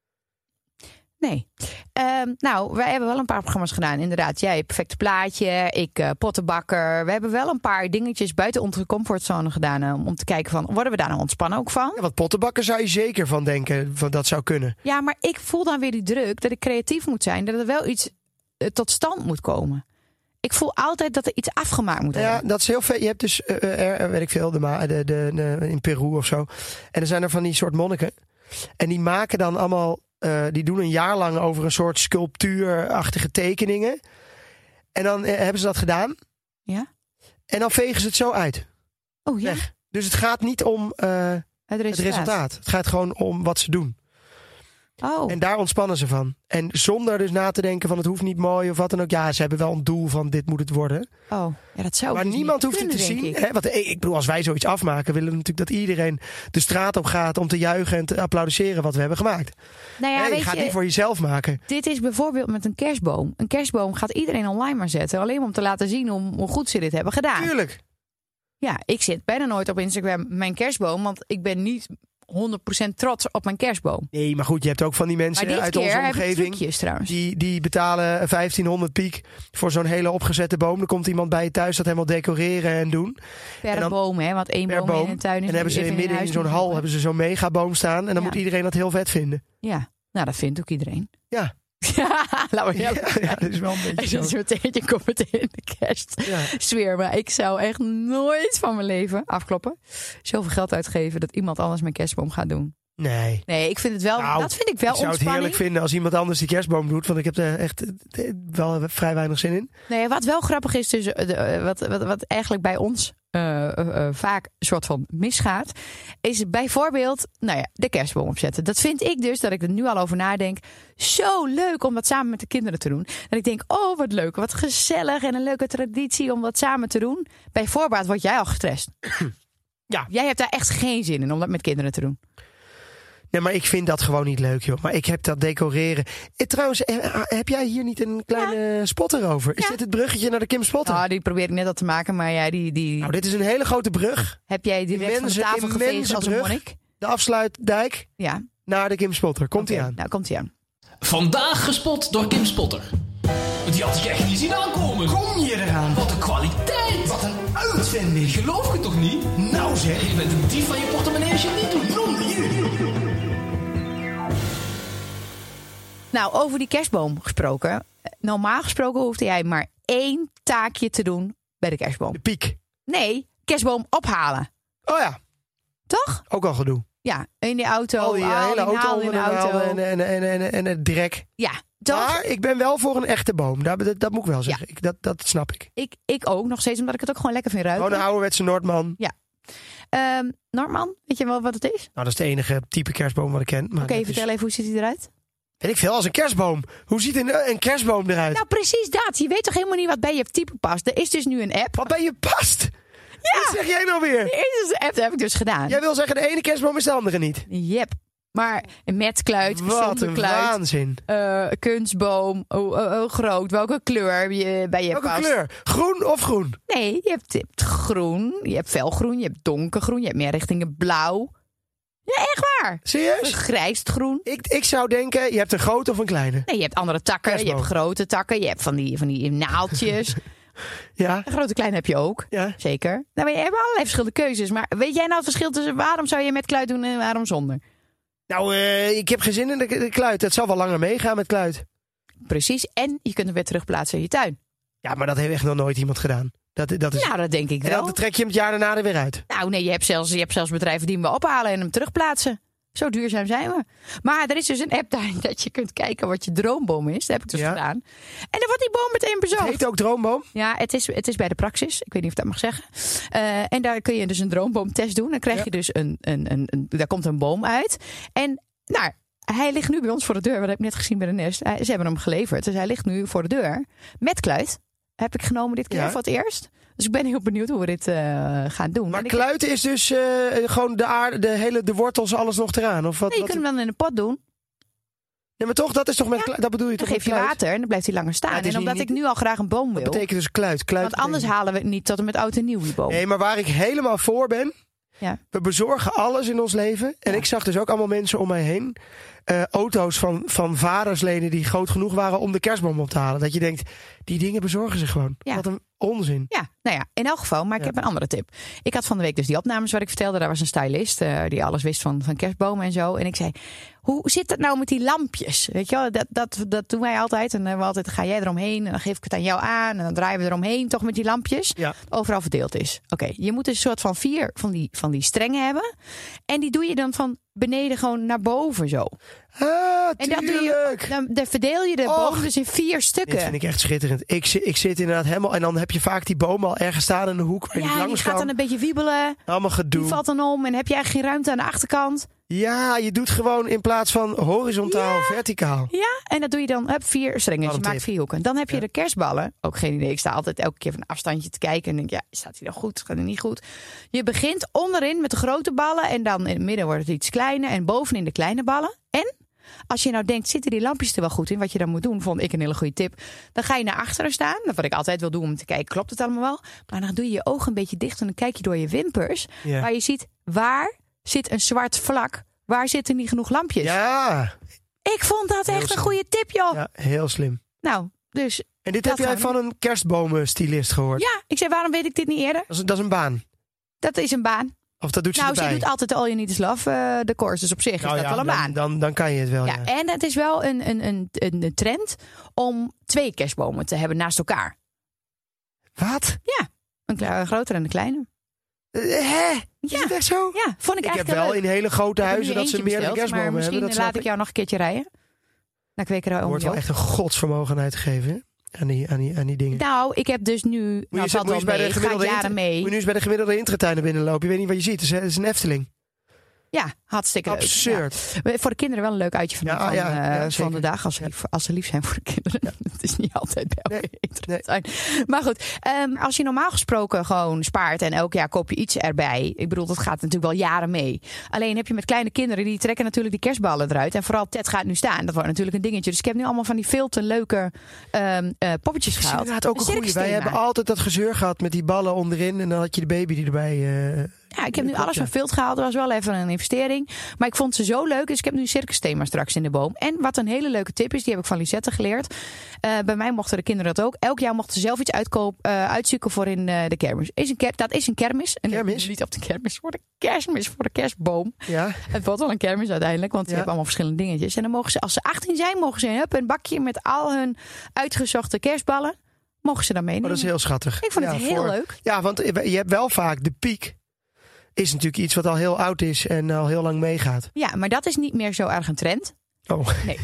Nee. Um, nou, wij hebben wel een paar programma's gedaan. Inderdaad, jij Perfecte Plaatje, ik uh, Pottenbakker. We hebben wel een paar dingetjes buiten onze comfortzone gedaan... Uh, om te kijken van, worden we daar nou ontspannen ook van? Ja, wat pottenbakken zou je zeker van denken, van dat zou kunnen. Ja, maar ik voel dan weer die druk dat ik creatief moet zijn. Dat er wel iets uh, tot stand moet komen. Ik voel altijd dat er iets afgemaakt moet worden. Ja, dat is heel vet. Je hebt dus, uh, er, weet ik veel, de, de, de, de, in Peru of zo. En er zijn er van die soort monniken. En die maken dan allemaal... Uh, die doen een jaar lang over een soort sculptuurachtige tekeningen. En dan uh, hebben ze dat gedaan. Ja. En dan vegen ze het zo uit. Oh ja. Weg. Dus het gaat niet om uh, het, resultaat. het resultaat. Het gaat gewoon om wat ze doen. Oh. En daar ontspannen ze van. En zonder dus na te denken van het hoeft niet mooi of wat dan ook. Ja, ze hebben wel een doel van dit moet het worden. Oh, ja, dat zou maar dus niemand hoeft kunnen, het te zien. Ik. Hè? Want ik bedoel, als wij zoiets afmaken, willen we natuurlijk dat iedereen de straat op gaat om te juichen en te applaudisseren wat we hebben gemaakt. Nou ja, nee, weet je gaat je, niet voor jezelf maken. Dit is bijvoorbeeld met een kerstboom. Een kerstboom gaat iedereen online maar zetten. Alleen om te laten zien om, hoe goed ze dit hebben gedaan. Tuurlijk. Ja, ik zit bijna nooit op Instagram mijn kerstboom. Want ik ben niet honderd procent trots op mijn kerstboom. Nee, maar goed, je hebt ook van die mensen maar dit uit keer onze heb ik omgeving. trucjes, trouwens. Die, die betalen vijftienhonderd piek voor zo'n hele opgezette boom. Dan komt iemand bij je thuis dat helemaal decoreren en doen. Per en dan, boom, hè? Want één per boom, boom. in een tuin is en hebben ze even in midden in huis zo'n niet hal genoeg, hebben ze zo'n megaboom staan. En dan Ja. moet iedereen dat heel vet vinden. Ja, nou dat vindt ook iedereen. Ja. Ja, laten we Ja, heel ja, dat is wel een beetje Het zo. is meteen, je komt meteen in de kerst. Ja. Sfeer, maar ik zou echt nooit van mijn leven afkloppen. Zoveel geld uitgeven dat iemand anders mijn kerstboom gaat doen. Nee. Nee, ik vind het wel, Nou, dat vind ik wel ik zou het ontspanning. heerlijk vinden als iemand anders die kerstboom doet. Want ik heb er echt eh, wel vrij weinig zin in. Nee, wat wel grappig is, dus, uh, de, uh, wat, wat, wat eigenlijk bij ons uh, uh, uh, vaak een soort van misgaat, is bijvoorbeeld nou ja, de kerstboom opzetten. Dat vind ik dus, dat ik er nu al over nadenk, zo leuk om dat samen met de kinderen te doen. Dat ik denk, oh wat leuk, wat gezellig en een leuke traditie om dat samen te doen. Bij voorbaat word jij al gestrest. Ja. Jij hebt daar echt geen zin in om dat met kinderen te doen. Nee, maar ik vind dat gewoon niet leuk, joh. Maar ik heb dat decoreren. Eh, trouwens, eh, heb jij hier niet een kleine spotter over? Is Ja. dit het bruggetje naar de Kim Spotter? Nou, die probeer ik net al te maken, maar ja, die, die Nou, dit is een hele grote brug. heb jij direct van de immense- tafel immense geveegd als een brug. monnik. De afsluitdijk Ja, naar de Kim Spotter. Komt ie oké, aan. nou komt hij aan. Vandaag gespot door Kim Spotter. Die had ik echt niet zien aankomen. Kom je eraan? Wat een kwaliteit. Wat een uitvinding. Geloof je toch niet? Nou zeg. Je bent een dief van je portemonnee als je het niet doet. Non hier. Nou, over die kerstboom gesproken. Normaal gesproken hoefde jij maar één taakje te doen bij de kerstboom. De piek. Nee, kerstboom ophalen. Oh ja, Toch? ook al gedoe. Ja, in die auto. Al die eh, al hele die auto naald in onder de de auto. halen en, en, en, en, en het drek. Ja, toch? Maar ik ben wel voor een echte boom. Dat, dat, dat moet ik wel zeggen. Ik, dat, dat snap ik. Ik, ik ook nog steeds, omdat ik het ook gewoon lekker vind ruiken. Gewoon een ouderwetse Noordman. Ehm, Norman, weet je wel wat het is? Nou, dat is de enige type kerstboom wat ik ken. Maar Oké, dat is- vertel even, hoe ziet hij eruit? Weet ik veel, als een kerstboom. Hoe ziet een, een kerstboom eruit? Nou, precies dat. Je weet toch helemaal niet wat bij je type past. Er is dus nu een app. Wat bij je past? Ja, Wat zeg jij nou weer? er is dus een app, dat heb ik dus gedaan. Jij wil zeggen, de ene kerstboom is de andere niet. Yep. Maar met kluit, Wat zonder een kluit. waanzin. Uh, kunstboom, hoe, hoe- hoe groot, welke kleur je bij je Welke past. kleur? Groen of groen? Nee, je hebt, je hebt groen, je hebt felgroen, je hebt donkergroen, je hebt meer richting blauw. Ja, echt waar. Serieus? Grijst groen. Ik, ik zou denken, je hebt een grote of een kleine. Nee, je hebt andere takken, je Kerstboom. hebt grote takken, je hebt van die, van die naaltjes. Ja? Een grote kleine heb je ook, Ja. zeker. Nou, maar je hebt allerlei verschillende keuzes. Maar weet jij nou het verschil tussen waarom zou je met kluit doen en waarom zonder? Nou, eh, ik heb geen zin in de, de kluit. Het zal wel langer meegaan met kluit. Precies, en je kunt hem weer terugplaatsen in je tuin. Ja, maar dat heeft echt nog nooit iemand gedaan. Dat, dat is... Nou, dat denk ik en wel. dan trek je hem het jaar daarna er weer uit. Nou nee, je hebt, zelfs, je hebt zelfs bedrijven die hem wel ophalen en hem terugplaatsen. Zo duurzaam zijn we. Maar er is dus een app daar dat je kunt kijken wat je droomboom is. Dat heb ik dus Ja. gedaan. En dan wordt die boom meteen Het bezorgd. heet ook droomboom. Ja, het is, het is bij de Praxis. Ik weet niet of ik dat mag zeggen. Uh, en daar kun je dus een droomboomtest doen. Dan krijg Ja. je dus een, een, een, een... Daar komt een boom uit. En nou, hij ligt nu bij ons voor de deur. Dat heb ik net gezien bij de Nest. Hij- Ze hebben hem geleverd. Dus hij ligt nu voor de deur. Met kluit. Heb ik genomen dit keer Ja. voor het eerst. Dus ik ben heel benieuwd hoe we dit uh, gaan doen. Maar en kluiten is dus uh, gewoon de aarde, de hele de wortels, alles nog eraan? Of wat, nee, je wat... kunt hem dan in een pot doen. Ja, maar toch, dat is toch met ja. kluit, dat bedoel je dan toch geef je met kluit? water en dan blijft hij langer staan. Ja, en omdat niet, ik nu al graag een boom wil. Dat betekent dus kluit. kluit Want anders betekent... halen we het niet tot en met oud en nieuw die boom. Nee, maar waar ik helemaal voor ben... Ja. We bezorgen alles in ons leven. En ja. ik zag dus ook allemaal mensen om mij heen. Uh, auto's van, van vadersleden die groot genoeg waren om de kerstboom op te halen. Dat je denkt, die dingen bezorgen ze gewoon. Ja. Wat een onzin. Ja, nou ja, in elk geval. Maar ik ja. heb een andere tip. Ik had van de week dus die opnames waar ik vertelde. Daar was een stylist uh, die alles wist van, van kerstbomen en zo. En ik zei, hoe zit het nou met die lampjes? Weet je wel, dat, dat, dat doen wij altijd. En dan hebben we altijd, ga jij eromheen en dan geef ik het aan jou aan. En dan draaien we eromheen toch met die lampjes. Ja. Overal verdeeld is. Oké, okay, je moet dus een soort van vier van die, van die strengen hebben. En die doe je dan van beneden gewoon naar boven zo. Ah, en dan, doe je, dan, dan verdeel je de Och, boom dus in vier stukken. Dit vind ik echt schitterend. Ik, ik zit inderdaad helemaal... En dan heb je vaak die boom al ergens staan in de hoek waar je ja, niet langs die gaat kan. dan een beetje wiebelen. Allemaal gedoe. Die valt dan om en heb je eigenlijk geen ruimte aan de achterkant. Ja, je doet gewoon in plaats van horizontaal, ja. verticaal. Ja, en dat doe je dan, heb vier strengen, je maakt tip. vier hoeken. Dan heb je ja. de kerstballen. Ook geen idee, ik sta altijd elke keer van een afstandje te kijken. En denk, ja, staat hij dan goed, gaat hij niet goed? Je begint onderin met de grote ballen. En dan in het midden wordt het iets kleiner. En bovenin de kleine ballen. En als je nou denkt, zitten die lampjes er wel goed in? Wat je dan moet doen, vond ik een hele goede tip. Dan ga je naar achteren staan. Dat wat ik altijd wil doen om te kijken, klopt het allemaal wel? Maar dan doe je je ogen een beetje dicht. En dan kijk je door je wimpers. Ja. Waar je ziet, waar zit een zwart vlak? Waar zitten niet genoeg lampjes? Ja. Ik vond dat Heel echt slim. een goede tip, joh. Ja, heel slim. Nou, dus... En dit dat heb jij gaan we van een kerstbomenstylist gehoord? Ja, ik zei, waarom weet ik dit niet eerder? Dat is, dat is een baan. Dat is een baan. Of dat doet ze Nou, erbij? ze doet altijd All You Need Is Love, uh, de course. Dus op zich nou is ja, dat wel een dan, baan. Dan, dan kan je het wel, ja. Ja, en het is wel een, een, een, een trend om twee kerstbomen te hebben naast elkaar. Wat? Ja, een kle- grotere en een kleine. Uh, hè? Is Ja. het echt zo? Ja, vond ik, Ik heb eigenlijk wel heel in leuk. hele grote Ik heb er huizen nu dat ze eentje meerdere besteld, kerstbomen maar hebben. misschien Dat snap laat ik jou nog een keertje rijden. Naar Kwekerij Er wordt wel echt een godsvermogen uitgegeven, hè? Aan die, aan, die, aan die dingen. Nou, ik heb dus nu... Moet je, Nou, eens- valt moet je wel eens bij mee. de Het gaat gemiddelde jaren inter- mee. moet je nu eens bij de gemiddelde intratuin naar binnen lopen. Je weet niet wat je ziet. Het is, het is een Efteling. Ja, hartstikke leuk. Absurd. Ja. Voor de kinderen wel een leuk uitje van, Ja, van, ja, eh, ja, van zeker. de dag. Als ze, lief, als ze lief zijn voor de kinderen. Het is niet altijd bij elke Nee, intratuin. Maar goed, um, als je normaal gesproken gewoon spaart en elk jaar koop je iets erbij. Ik bedoel, dat gaat natuurlijk wel jaren mee. Alleen heb je met kleine kinderen, die trekken natuurlijk die kerstballen eruit. En vooral Ted gaat nu staan. Dat wordt natuurlijk een dingetje. Dus ik heb nu allemaal van die veel te leuke um, uh, poppetjes Het is gehaald. inderdaad ook een goeie. Wij hebben altijd dat gezeur gehad met die ballen onderin. En dan had je de baby die erbij... Uh, Ja, ik heb nu klopt, alles ja. van Vilt gehaald. Dat was wel even een investering. Maar ik vond ze zo leuk. Dus ik heb nu een circusthema straks in de boom. En wat een hele leuke tip is, die heb ik van Lisette geleerd. Uh, bij mij mochten de kinderen dat ook. Elk jaar mochten ze zelf iets uitkoop, uh, uitzoeken voor in uh, de kermis. Is een ker- dat is een kermis. En Kermis? Niet op de kermis, voor de kerstmis, voor de kerstboom. Ja. Het wordt wel een kermis uiteindelijk, want ze Ja. hebben allemaal verschillende dingetjes. En dan mogen ze, als ze achttien zijn, mogen ze hup, een bakje met al hun uitgezochte kerstballen. Mogen ze dan Oh, meenemen. dat is heel schattig. Ik vond het Ja, heel voor- leuk. Ja, want je hebt wel vaak de piek. Is natuurlijk iets wat al heel oud is en al heel lang meegaat. Ja, maar dat is niet meer zo erg een trend. Oh, Nee.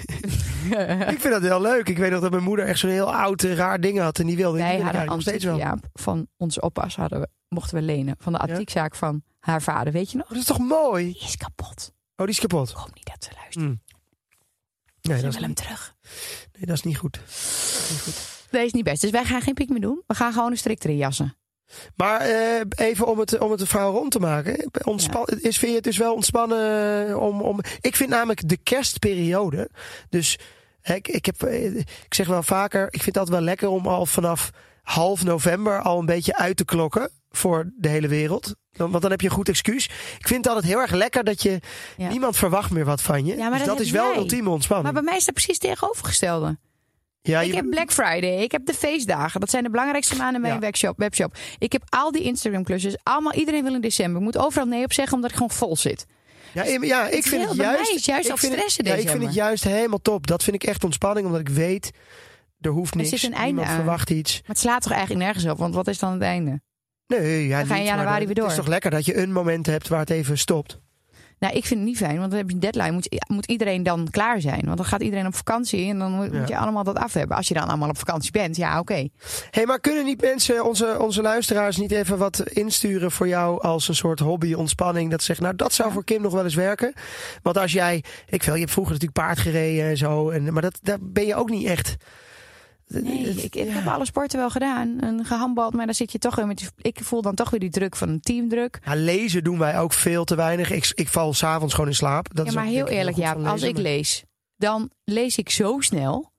ik vind dat heel leuk. Ik weet nog dat mijn moeder echt zo'n heel oud, eh, raar ding had. En die wilde die Wij wil ik hadden eigenlijk nog steeds wel. Jaap van onze oppas hadden we, mochten we lenen. Van de antiekzaak van haar vader, weet je nog? Oh, dat is toch mooi? Die is kapot. Oh, die is kapot. Ik hoop niet dat ze luistert. Mm. Nee, Ze dat is, wil hem terug. nee, dat is niet goed. Dat is niet goed. Dat is niet best. Dus wij gaan geen piek meer doen. We gaan gewoon een strik erin jassen. Maar eh, even om het, om het de verhaal rond te maken. Ontspan, is, vind je het dus wel ontspannen om, om... Ik vind namelijk de kerstperiode. Dus hè, ik, ik, heb, eh, ik zeg wel vaker, ik vind het altijd wel lekker om al vanaf half november al een beetje uit te klokken voor de hele wereld. Dan, want dan heb je een goed excuus. Ik vind het altijd heel erg lekker dat je... Ja. Niemand verwacht meer wat van je. Ja, maar dus dat dat heb is wel jij. ultieme ontspanning. Maar bij mij is dat precies tegenovergestelde. ja, Ik je- heb Black Friday, ik heb de feestdagen. Dat zijn de belangrijkste maanden in mijn Ja. webshop, webshop. Ik heb al die Instagram klusjes. Allemaal, iedereen wil in december. Ik moet overal nee op zeggen, omdat ik gewoon vol zit. Ja, im- ja, ik Het vind wil het bij mij juist... is juist ik dat vind het- stressen ja, ik december. vind het juist helemaal top. Dat vind ik echt ontspanning, omdat ik weet... Er hoeft niks. zit een einde Niemand aan. verwacht iets. Maar het slaat toch eigenlijk nergens op? Want wat is dan het einde? Nee, ja, Dan ga je niet, in maar januari dan- weer door. Het is toch lekker dat je een moment hebt waar het even stopt. Nou, ik vind het niet fijn, want dan heb je een deadline. Moet, moet iedereen dan klaar zijn? Want dan gaat iedereen op vakantie en dan moet, Ja. moet je allemaal dat af hebben. Als je dan allemaal op vakantie bent, ja, oké. Hé, hey, maar kunnen niet mensen, onze, onze luisteraars, niet even wat insturen voor jou als een soort hobby, ontspanning? Dat ze zeggen, nou, dat zou Ja. voor Kim nog wel eens werken. Want als jij, ik wil, je hebt vroeger natuurlijk paard gereden en zo, en, maar dat, daar ben je ook niet echt. Nee, ik, ik heb alle sporten wel gedaan. En gehandbald, maar dan zit je toch weer met die, ik voel dan toch weer die druk van een teamdruk. Ja, lezen doen wij ook veel te weinig. Ik, ik val 's avonds gewoon in slaap. Dat Ja, is maar ook, heel denk ik, eerlijk, goed ja, van als lezen, ik maar- lees, dan lees ik zo snel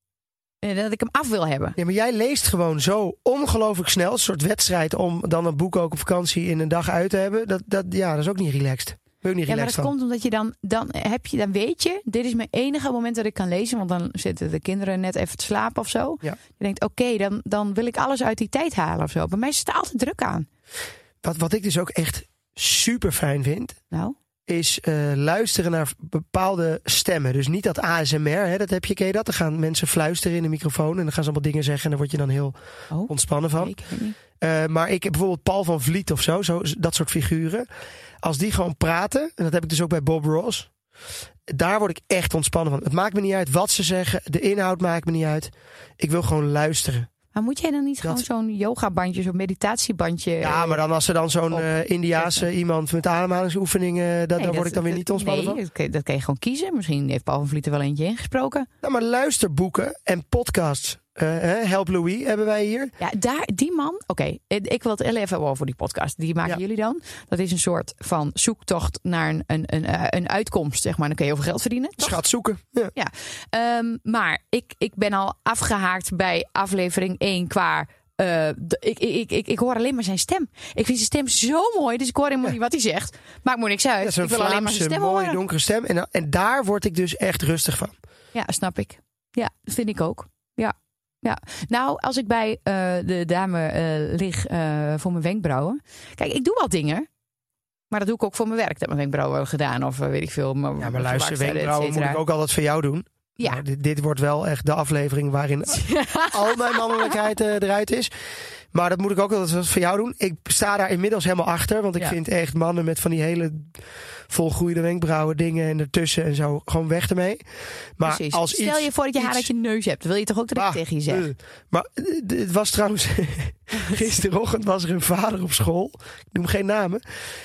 eh, dat ik hem af wil hebben. Ja, maar jij leest gewoon zo ongelooflijk snel. Een soort wedstrijd om dan een boek ook op vakantie in een dag uit te hebben. Dat, dat, ja, dat is ook niet relaxed. Ben ik niet Ja, maar relaxed dat van. komt omdat je dan, dan heb je, dan weet je, dit is mijn enige moment dat ik kan lezen, want dan zitten de kinderen net even te slapen of zo. Ja. Je denkt, oké, dan, dan wil ik alles uit die tijd halen of zo. Bij mij is het altijd druk aan. Wat, wat ik dus ook echt super fijn vind, Nou, is eh, luisteren naar bepaalde stemmen. Dus niet dat A S M R, hè, dat heb je, ken je dat? Dan gaan mensen fluisteren in de microfoon en dan gaan ze allemaal dingen zeggen en daar word je dan heel oh, ontspannen van. ik weet niet. Uh, maar ik heb bijvoorbeeld Paul van Vliet of zo, zo, dat soort figuren. Als die gewoon praten, en dat heb ik dus ook bij Bob Ross, daar word ik echt ontspannen van. Het maakt me niet uit wat ze zeggen, de inhoud maakt me niet uit. Ik wil gewoon luisteren. Maar moet jij dan niet Dat- gewoon zo'n yogabandje, zo'n meditatiebandje? Ja, maar dan als er dan zo'n op- uh, Indiaanse iemand met ademhalingsoefeningen, dat, Nee, daar dat- word ik dan weer dat- niet ontspannen nee, van. dat kun, je, dat kun je gewoon kiezen. Misschien heeft Paul van Vliet er wel eentje ingesproken. Nou, maar luisterboeken en podcasts. Uh, hè, Help Louis hebben wij hier. Ja, daar, die man... Oké, ik wil het heel even hebben over die podcast. Die maken Ja. jullie dan. Dat is een soort van zoektocht naar een, een, een, eh, een uitkomst, zeg maar. Dan kun je heel veel geld verdienen. toch? Schat zoeken. Ja. Ja. Ehm, maar ik, ik ben al afgehaakt bij aflevering één qua... eh, d- ik, ik, ik, ik hoor alleen maar zijn stem. Ik vind zijn stem zo mooi, dus ik hoor helemaal Ja. niet wat hij zegt. Maakt me niks uit. Dat is een ik wil alleen maar zijn Vlaamse, stem mooie, horen. donkere stem. En, en daar word ik dus echt rustig van. Ja, snap ik. Ja, dat vind ik ook. Ja. Ja. Nou, als ik bij eh, de dame eh, lig eh, voor mijn wenkbrauwen. Kijk, ik doe wel dingen. Maar dat doe ik ook voor mijn werk. Ik heb mijn wenkbrauwen gedaan of eh, weet ik veel. Maar, Ja, maar luister, verwachting, wenkbrauwen et moet cetera. ik ook altijd voor jou doen. Ja. Maar dit, dit wordt wel echt de aflevering waarin al mijn mannelijkheid uh, eruit is. Maar dat moet ik ook altijd voor jou doen. Ik sta daar inmiddels helemaal achter. Want ik Ja. vind echt mannen met van die hele volgroeide wenkbrauwen dingen en ertussen en zo. Gewoon weg ermee. Maar Precies. als Stel iets, je voor dat je haar iets- uit je neus hebt. Dan wil je toch ook dat ik Ah, tegen je zeg? uh, maar uh, d- het was trouwens... gisterochtend was er een vader op school. Ik noem geen namen.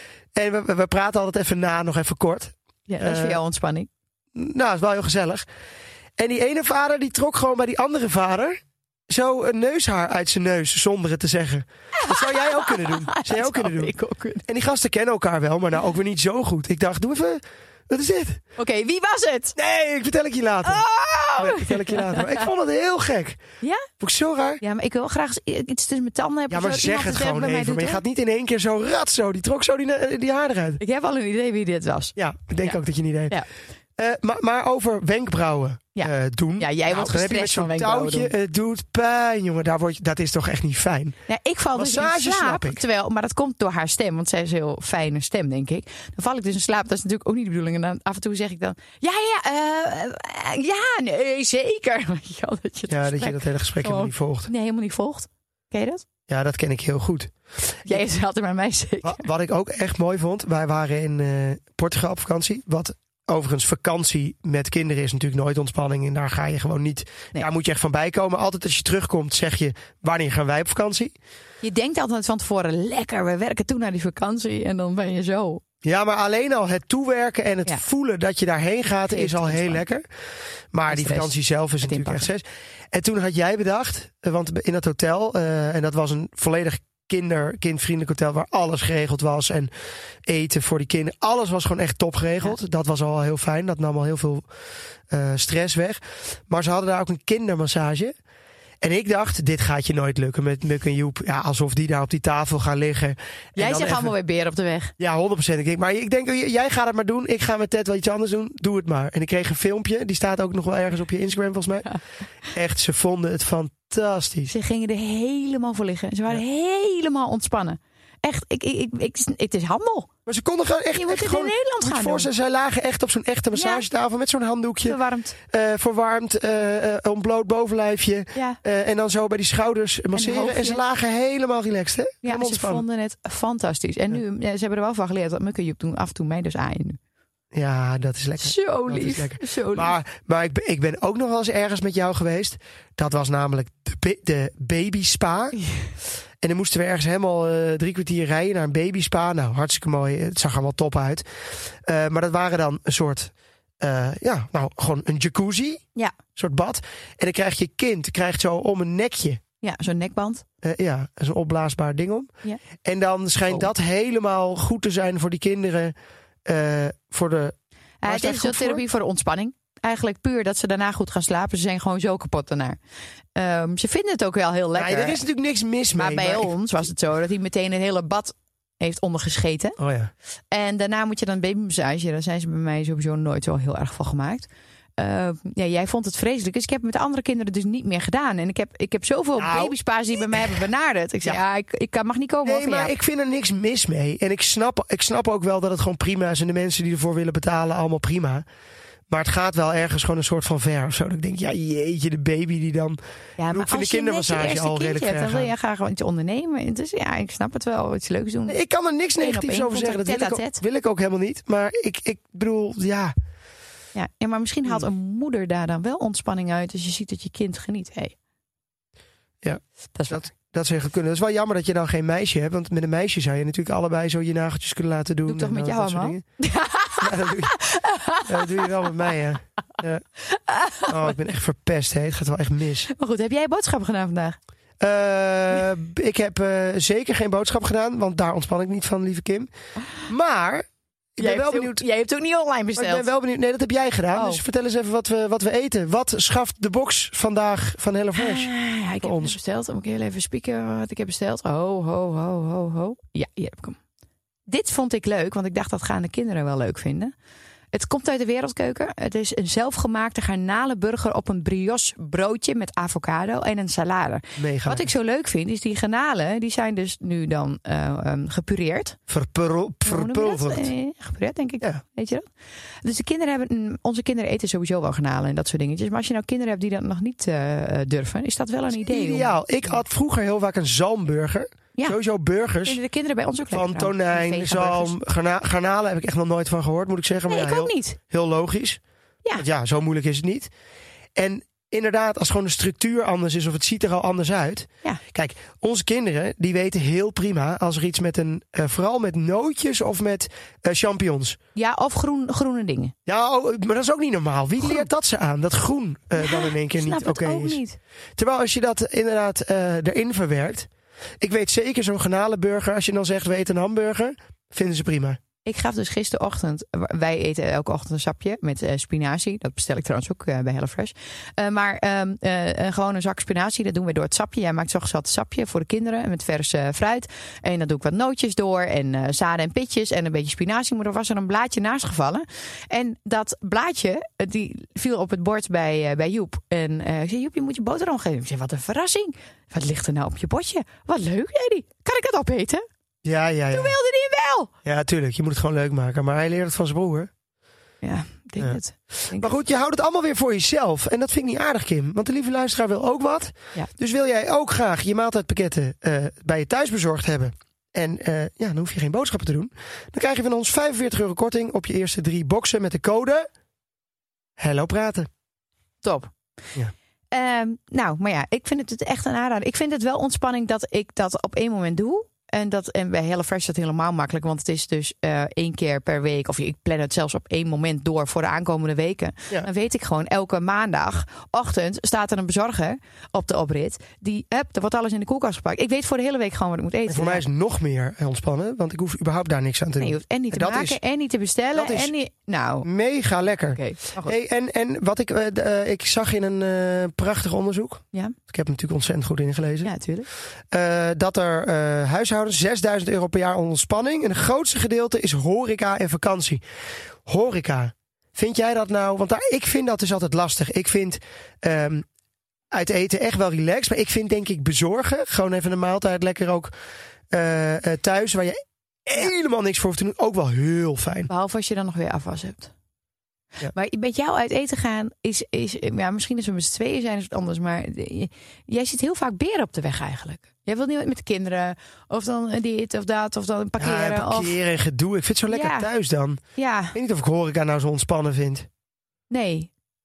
En we, we, we praten altijd even na, nog even kort. Ja, dat is voor eh, jou ontspanning. Nou, dat is wel heel gezellig. En die ene vader die trok gewoon bij die andere vader zo een neushaar uit zijn neus zonder het te zeggen. Dat zou jij ook kunnen doen. Zou jij ook kunnen doen. Ik ook kunnen. En die gasten kennen elkaar wel, maar nou ook weer niet zo goed. Ik dacht, doe even, wat is dit? Oké, wie was het? Nee, ik vertel ik je later. Oh! Nee, vertel ik je later. Maar ik vond het heel gek. Ja? Vond ik zo raar. Ja, maar ik wil graag eens iets tussen mijn tanden hebben. Ja, maar of zo. zeg Iemand het gewoon bij mij even. doet, Maar je hè? gaat niet in één keer zo rat zo. Die trok zo die, die haar eruit. Ik heb al een idee wie dit was. Ja, ik denk Ja. ook dat je niet idee Ja. Uh, maar, maar over wenkbrauwen Ja. uh, doen. Ja, jij wordt dan heb je met gestrest van zo'n wenkbrauwen touwtje. Het doet pijn, jongen. Daar word je, dat is toch echt niet fijn. Ja, ik val dus in Massage slaap. snap ik. Terwijl, maar dat komt door haar stem, want zij is een heel fijne stem, denk ik. Dan val ik dus in slaap. Dat is natuurlijk ook niet de bedoeling. En dan af en toe zeg ik dan: Ja, ja, eh, eh, ja, nee, zeker. Weet je wel, dat je het Ja, dat je gesprek dat hele gesprek helemaal niet volgt. nee, helemaal niet volgt. Ken je dat? Ja, dat ken ik heel goed. Jij is altijd bij mij zeker. Wa- Wat ik ook echt mooi vond. Wij waren in uh, Portugal op vakantie. Wat overigens vakantie met kinderen is natuurlijk nooit ontspanning. En daar ga je gewoon niet. Nee. Daar moet je echt van bijkomen. Altijd als je terugkomt zeg je, wanneer gaan wij op vakantie? Je denkt altijd van tevoren: lekker, we werken toe naar die vakantie. En dan ben je zo. Ja, maar alleen al het toewerken en het Ja. voelen dat je daarheen gaat Geeft is al heel ontspanning. lekker. Maar En die stress. vakantie zelf is Het natuurlijk echt inpakken. stress. En toen had jij bedacht, eh, want in het hotel, uh, en dat was een volledig kinder, kindvriendelijk hotel waar alles geregeld was. En eten voor die kinderen. Alles was gewoon echt top geregeld. Ja. Dat was al heel fijn. Dat nam al heel veel uh, stress weg. Maar ze hadden daar ook een kindermassage. En ik dacht, dit gaat je nooit lukken met Muk en Joep. Ja, alsof die daar op die tafel gaan liggen. En Jij dan zegt even- allemaal weer beren op de weg. Ja, honderd procent. Ik denk, maar ik denk, jij gaat het maar doen. Ik ga met Ted wel iets anders doen. Doe het maar. En ik kreeg een filmpje. Die staat ook nog wel ergens op je Instagram volgens mij. Echt, ze vonden het fantastisch. Ze gingen er helemaal voor liggen. Ze waren helemaal ontspannen. Echt, ik, ik, ik, ik, het is handel. Maar ze konden gewoon echt, Je moet echt het gewoon... in Nederland moet je gaan doen. voorstellen, zij lagen echt op zo'n echte massagetafel met zo'n handdoekje. Verwarmd. eh, verwarmd, eh, eh, ontbloot bovenlijfje. Ja. eh, en dan zo bij die schouders masseren. En, hoofdje. ze lagen helemaal relaxed, hè? Ja, Helemaal ze ontspannen. vonden het fantastisch. En nu, ja, ze hebben er wel van geleerd dat Muk en Joep doen af en toe mij dus aaien nu. Ja, dat is lekker. Zo Dat is lief. lekker. Zo lief. Maar, maar ik, ben, ik ben ook nog wel eens ergens met jou geweest. Dat was namelijk de, ba- de baby spa. En dan moesten we ergens helemaal uh, drie kwartier rijden naar een baby spa. Nou, hartstikke mooi. Het zag er wel top uit. Uh, maar dat waren dan een soort uh, ja, nou, gewoon een jacuzzi. Ja. Een soort bad. En dan krijgt je kind krijgt zo om een nekje. Ja, zo'n nekband. Uh, ja, zo'n opblaasbaar ding om. Ja. En dan schijnt oh. dat helemaal goed te zijn voor die kinderen. Uh, voor de... Uh, het is een therapie voor de ontspanning. Eigenlijk puur dat ze daarna goed gaan slapen. Ze zijn gewoon zo kapot daarna. Um, ze vinden het ook wel heel lekker. Nee, er is natuurlijk niks mis mee. Maar bij maar ons ik... was het zo dat hij meteen een hele bad heeft ondergescheten. Oh ja. En daarna moet je dan babymassage. Daar zijn ze bij mij sowieso nooit zo heel erg van gemaakt. Uh, ja, jij vond het vreselijk. Dus ik heb het met andere kinderen dus niet meer gedaan. En ik heb, ik heb zoveel nou, babyspa's die bij mij hebben benaderd. Ik zei, ja, ja ik, ik mag niet komen. Nee, maar jou. Ik vind er niks mis mee. En ik snap, ik snap ook wel dat het gewoon prima is. En de mensen die ervoor willen betalen, allemaal prima. Maar het gaat wel ergens gewoon een soort van ver of zo. Dat ik denk, ja jeetje, de baby die dan... Ja, maar ik vind de kindermassage al redelijk ver. Dan wil je graag gewoon iets ondernemen. Dus ja, ik snap het wel. Iets leuks doen. Nee, ik kan er niks negatiefs over zeggen. Dat wil ik, ook, wil ik ook helemaal niet. Maar ik, ik bedoel, ja... Ja, ja, maar misschien haalt een moeder daar dan wel ontspanning uit. Dus je ziet dat je kind geniet. Hey. Ja, dat is dat, dat zou kunnen. Dat is wel jammer dat je dan geen meisje hebt. Want met een meisje zou je natuurlijk allebei zo je nageltjes kunnen laten doen. Doe ik toch met jou allemaal? Ja, dat doe, je, ja, dat doe je wel met mij, ja. ja. Oh, ik ben echt verpest, hè. Het gaat wel echt mis. Maar goed, heb jij boodschappen gedaan vandaag? Uh, ik heb uh, zeker geen boodschap gedaan. Want daar ontspan ik niet van, lieve Kim. Maar... Ik ben jij, wel hebt benieuwd. Ook, jij hebt ook niet online besteld. Maar ik ben wel benieuwd. Nee, dat heb jij gedaan. Oh. Dus vertel eens even wat we, wat we eten. Wat schaft de box vandaag van HelloFresh? Ah, ja, ik heb ons besteld. Moet ik heel even spieken wat ik heb besteld. Ho, ho, ho, ho, ho. Ja, hier heb ik hem. Dit vond ik leuk, want ik dacht dat gaan de kinderen wel leuk vinden. Het komt uit de wereldkeuken. Het is een zelfgemaakte garnalenburger op een brioche broodje met avocado en een salade. Mega. Wat ik zo leuk vind, is die garnalen, die zijn dus nu dan uh, um, gepureerd. Verpulverd. Eh, gepureerd, denk ik. Ja. Weet je dat? Dus de kinderen hebben, onze kinderen eten sowieso wel garnalen en dat soort dingetjes. Maar als je nou kinderen hebt die dat nog niet uh, durven, is dat wel een idee. Ideaal. Om... Ik had vroeger heel vaak een zalmburger. Ja. Sowieso burgers. De kinderen bij ons ook van tonijn, zalm, garna- garnalen heb ik echt nog nooit van gehoord, moet ik zeggen. Maar nee, ja, ik ook heel, niet. Heel logisch. Ja. Want ja, zo moeilijk is het niet. En inderdaad, als gewoon de structuur anders is of het ziet er al anders uit. Ja. Kijk, onze kinderen die weten heel prima als er iets met een, uh, vooral met nootjes of met uh, champignons. Ja, of groen, groene dingen. Ja, oh, maar dat is ook niet normaal. Wie groen. leert dat ze aan? Dat groen uh, ja, dan in één keer niet oké okay is. Niet. Terwijl als je dat inderdaad uh, erin verwerkt. Ik weet zeker zo'n garnalenburger, als je dan zegt we eten een hamburger, vinden ze prima. Ik gaf dus gisterochtend, wij eten elke ochtend een sapje met uh, spinazie. Dat bestel ik trouwens ook uh, bij HelloFresh. Uh, maar um, uh, uh, gewoon een zak spinazie, dat doen we door het sapje. Jij maakt zo'n sapje voor de kinderen met vers uh, fruit. En dan doe ik wat nootjes door en uh, zaden en pitjes en een beetje spinazie. Maar er was er een blaadje naast gevallen. En dat blaadje, die viel op het bord bij, uh, bij Joep. En uh, ik zei, Joep, je moet je boterham geven. Ik zei, wat een verrassing. Wat ligt er nou op je bordje? Wat leuk, Eddie. Kan ik dat opeten? Ja, ja, ja. Toen wilde hij wel. Ja, tuurlijk. Je moet het gewoon leuk maken. Maar hij leert het van zijn broer. Ja, ik denk ja. het. Denk maar goed, je houdt het allemaal weer voor jezelf. En dat vind ik niet aardig, Kim. Want de lieve luisteraar wil ook wat. Ja. Dus wil jij ook graag je maaltijdpakketten uh, bij je thuis bezorgd hebben. En uh, ja, dan hoef je geen boodschappen te doen. Dan krijg je van ons vijfenveertig euro korting op je eerste drie boxen met de code Hello Praten. Top. Ja. Um, nou, maar ja, ik vind het echt een aanrader. Ik vind het wel ontspanning dat ik dat op één moment doe. En, dat, en bij HelloFresh is dat helemaal makkelijk. Want het is dus uh, één keer per week. Of ik plan het zelfs op één moment door voor de aankomende weken. Ja. Dan weet ik gewoon, elke maandagochtend staat er een bezorger op de oprit. Die, hup, er wordt alles in de koelkast gepakt. Ik weet voor de hele week gewoon wat ik moet eten. En voor ja. mij is het nog meer ontspannen. Want ik hoef überhaupt daar niks aan te doen. Nee, je hoeft en niet te en maken is, en niet te bestellen. Dat is en niet, nou. mega lekker. Okay, hey, en, en wat ik, uh, uh, ik zag in een uh, prachtig onderzoek. Ja. Ik heb er natuurlijk ontzettend goed ingelezen. Ja, natuurlijk. Uh, dat er uh, huishoudens zesduizend euro per jaar ontspanning. En het grootste gedeelte is horeca en vakantie. Horeca. Vind jij dat nou? Want daar, ik vind dat dus altijd lastig. Ik vind um, uit eten echt wel relaxed. Maar ik vind denk ik bezorgen. Gewoon even een maaltijd lekker ook uh, uh, thuis. Waar je ja. helemaal niks voor hoeft te doen. Ook wel heel fijn. Behalve als je dan nog weer afwas hebt. Ja. Maar met jou uit eten gaan is, is ja, misschien als we met z'n tweeën zijn is het anders. Maar jij ziet heel vaak beren op de weg eigenlijk. Jij wilt niet met de kinderen. Of dan dit of dat. Of dan parkeren. Ja, parkeren of... en gedoe. Ik vind het zo lekker ja. thuis dan. Ja. Ik weet niet of ik horeca nou zo ontspannen vind. Nee.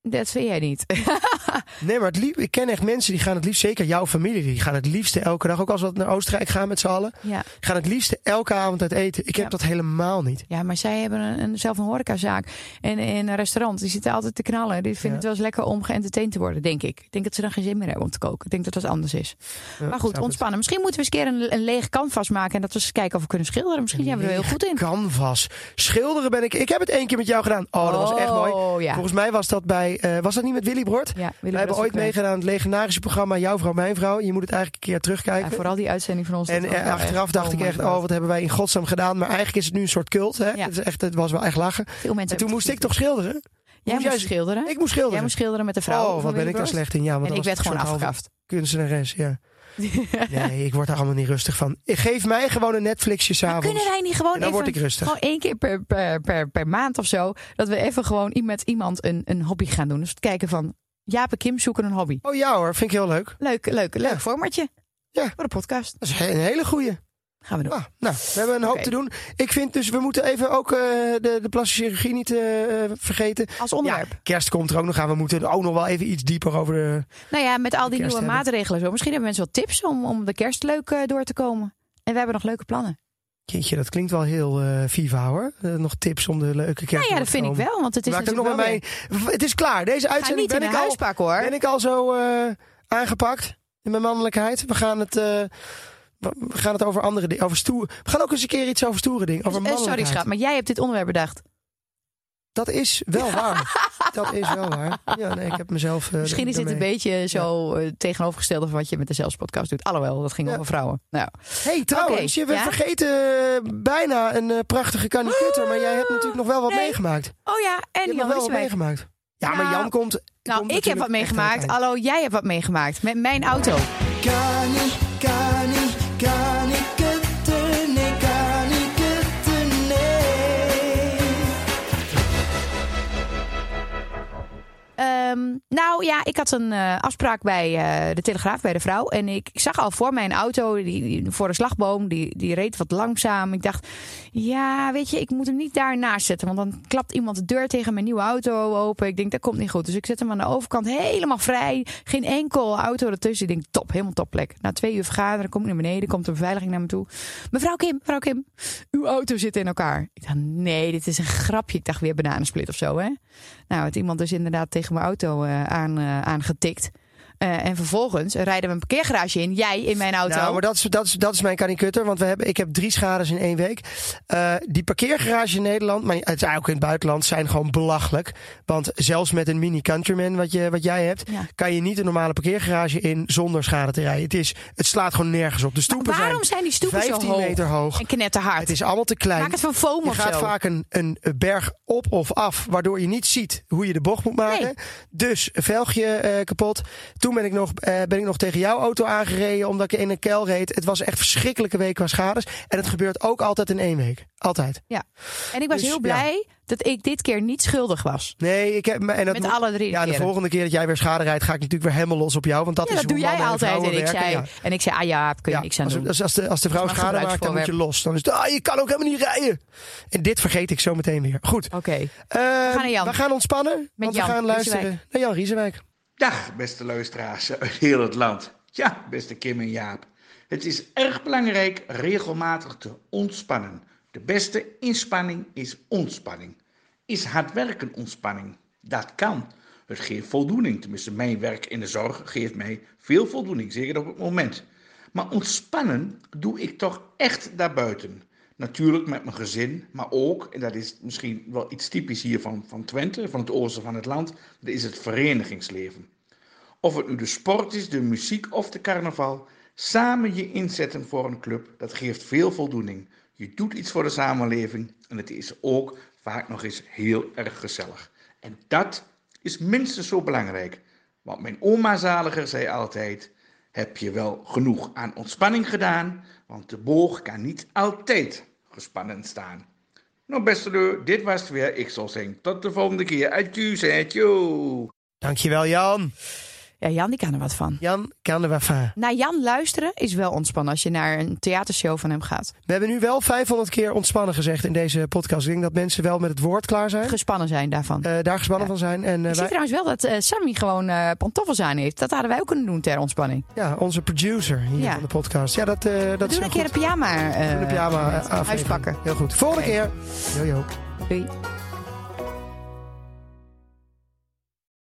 Dat vind jij niet. Nee, maar het lief, ik ken echt mensen die gaan het liefst, zeker jouw familie, die gaan het liefste elke dag, ook als we naar Oostenrijk gaan met z'n allen, Ja. gaan het liefste elke avond uit eten. Ik heb Ja. dat helemaal niet. Ja, maar zij hebben een, een, zelf een horecazaak en, en een restaurant. Die zitten altijd te knallen. Die vinden Ja. het wel eens lekker om geëntertained te worden, denk ik. Ik denk dat ze dan geen zin meer hebben om te koken. Ik denk dat dat anders is. Ja, maar goed, snap ontspannen. Misschien moeten we eens een keer een, een lege canvas maken en dat we eens kijken of we kunnen schilderen. Misschien zijn we er heel goed in. Canvas. Schilderen ben ik. Ik heb het één keer met jou gedaan. Oh, dat was echt mooi. Oh, ja. Volgens mij was dat bij. Uh, was dat niet met Willy Brord? Ja, We hebben ooit meegedaan aan het legendarische programma Jouw Vrouw, Mijn Vrouw. Je moet het eigenlijk een keer terugkijken. Ja, vooral die uitzending van ons. En uh, achteraf dacht ik echt, oh, wat hebben wij in godsnaam gedaan. Maar eigenlijk is het nu een soort cult. Hè? Ja. Het, is echt, het was wel echt lachen. Veel mensen En toen moest ik toch schilderen? Jij moest jij schilderen. Ik moest schilderen. Jij moest schilderen met de vrouw. Oh, wat ben ik daar slecht in. Ja, want en dat ik was werd een gewoon soort halve afgegaft. Kunstenares, ja. Nee, ik word daar allemaal niet rustig van. Geef mij gewoon een Netflixje s'avonds. Kunnen wij niet gewoon En dan even, word ik rustig. gewoon één keer per, per, per, per maand of zo, dat we even gewoon met iemand een, een hobby gaan doen. Dus kijken van, Jaap en Kim zoeken een hobby. Oh ja hoor, vind ik heel leuk. Leuk, leuk, leuk Ja. formatje. Ja. Voor de podcast. Dat is een hele goeie. Gaan we doen. Ah, nou, we hebben een hoop Oké. te doen. Ik vind dus, we moeten even ook uh, de, de plastische chirurgie niet uh, vergeten. Als onderwerp. Ja, kerst komt er ook nog aan. We moeten ook nog wel even iets dieper over de... Nou ja, met al die kerst nieuwe hebben. maatregelen zo. Misschien hebben mensen wel tips om, om de kerst leuk uh, door te komen. En we hebben nog leuke plannen. Jeetje, dat klinkt wel heel uh, viva hoor. Uh, nog tips om de leuke kerst Nou ja, dat vind ik wel. Want het is Maakt ook nog natuurlijk met wel mij... Het is klaar. Deze weer- Ga uitzending niet in ben een ik, al, huispak hoor. ben ik al zo uh, aangepakt. In mijn mannelijkheid. We gaan het... Uh, we gaan het over andere dingen. Over stoer. We gaan ook eens een keer iets over stoere dingen. Over Uh, sorry mannelijkheid. schat, maar jij hebt dit onderwerp bedacht. Dat is wel waar. Dat is wel waar. Ja, nee, ik heb mezelf. Uh, Misschien is dit een daarmee- beetje zo uh, tegenovergestelde van wat je met de Zelfspodcast doet. Alhoewel, dat ging Ja. over vrouwen. Nou, Hey, trouwens, Oké, je we ja? vergeten uh, bijna een uh, prachtige kanikutter. Maar jij hebt natuurlijk nog wel wat Nee. meegemaakt. oh ja, en Je hebt nog Jan wel wat Rieswijk. meegemaakt. Ja, maar Nou, Jan komt. Nou, komt ik heb wat natuurlijk echt aan het meegemaakt. eind. Hallo, jij hebt wat meegemaakt. Met mijn auto. Kani, kani, kanikutten, nee, kanikutten, nee. Ehm, nou ja, ik had een uh, afspraak bij uh, de Telegraaf, bij de vrouw. En ik, ik zag al voor mijn auto, die, die, voor de slagboom, die, die reed wat langzaam. Ik dacht, ja, weet je, ik moet hem niet daarnaast zetten. Want dan klapt iemand de deur tegen mijn nieuwe auto open. Ik denk, dat komt niet goed. Dus ik zet hem aan de overkant helemaal vrij. Geen enkel auto ertussen. Ik denk, top, helemaal topplek. Na twee uur vergaderen, kom ik naar beneden, komt de beveiliging naar me toe. Mevrouw Kim, mevrouw Kim, uw auto zit in elkaar. Ik dacht, nee, dit is een grapje. Ik dacht weer bananensplit of zo, hè. Nou, het iemand dus inderdaad tegen mijn auto uh, aan, uh, aangetikt. Uh, en vervolgens rijden we een parkeergarage in. Jij in mijn auto. Nou, maar dat is, dat is, dat is mijn kanikutter. Want we hebben, ik heb drie schades in één week. Uh, die parkeergarages in Nederland, maar het is ook in het buitenland, zijn gewoon belachelijk. Want zelfs met een Mini Countryman, wat, je, wat jij hebt, Ja. kan je niet een normale parkeergarage in zonder schade te rijden. Het, is, het slaat gewoon nergens op. De stoepen Maar waarom zijn, zijn die stoepen zo vijftien hoog? meter hoog. En knetterhard. Het is allemaal te klein. Maak het van foam Je of gaat zo. vaak een, een berg op of af, waardoor je niet ziet hoe je de bocht moet maken. Nee. Dus een velgje uh, kapot. Toen ben ik, nog, uh, ben ik nog tegen jouw auto aangereden, omdat ik in een kel reed. Het was echt een verschrikkelijke week qua schades. En het gebeurt ook altijd in één week. Altijd. Ja. En ik was Dus, heel blij dat ik dit keer niet schuldig was. Nee, ik heb... En dat Met alle drie Ja, de keren. volgende keer dat jij weer schade rijdt, ga ik natuurlijk weer helemaal los op jou. Want dat Ja, is dat hoe doe jij mannen altijd. En vrouwen ik, werken, zei, ja. en ik zei, ah ja, kun je Ja, niks aan als, doen. als, als, de, als de vrouw Dat is maar schade maakt, dan moet je gebruiksvoorwerp. los. Dan is het, ah, je kan ook helemaal niet rijden. En dit vergeet ik zo meteen weer. Goed. Oké. Uh, gaan naar Jan. We gaan ontspannen. want Jan we gaan luisteren Riesewijk. naar Jan Riesewijk. Dag, beste luisteraars uit heel het land. Ja, beste Kim en Jaap. Het is erg belangrijk regelmatig te ontspannen. De beste inspanning is ontspanning. Is hard werken ontspanning? Dat kan. Het geeft voldoening. Tenminste, mijn werk in de zorg geeft mij veel voldoening. Zeker op het moment. Maar ontspannen doe ik toch echt daarbuiten. Natuurlijk met mijn gezin, maar ook, en dat is misschien wel iets typisch hier van, van Twente, van het oosten van het land, dat is het verenigingsleven. Of het nu de sport is, de muziek of de carnaval, samen je inzetten voor een club, dat geeft veel voldoening. Je doet iets voor de samenleving en het is ook vaak nog eens heel erg gezellig. En dat is minstens zo belangrijk, want mijn oma zaliger zei altijd, heb je wel genoeg aan ontspanning gedaan, want de boog kan niet altijd gespannen staan. Nou beste leu, dit was het weer. Ik zal zeggen tot de volgende keer. Adieu, Sergio. Dankjewel, Jan. Ja, Jan die kan er wat van. Jan kan er wat van. Naar Jan luisteren is wel ontspannen als je naar een theatershow van hem gaat. We hebben nu wel vijfhonderd keer ontspannen gezegd in deze podcast. Ik denk dat mensen wel met het woord klaar zijn. Gespannen zijn daarvan. Uh, daar gespannen ja. van zijn. En, uh, ik zie wij... trouwens wel dat uh, Sammy gewoon uh, pantoffels aan heeft. Dat hadden wij ook kunnen doen ter ontspanning. Ja, onze producer hier ja. van de podcast. Ja, dat, uh, dat We is doen een keer goed. een pyjama, uh, een pyjama uh, huispakken. Heel goed. Volgende okay. keer. Yo, yo. Doei.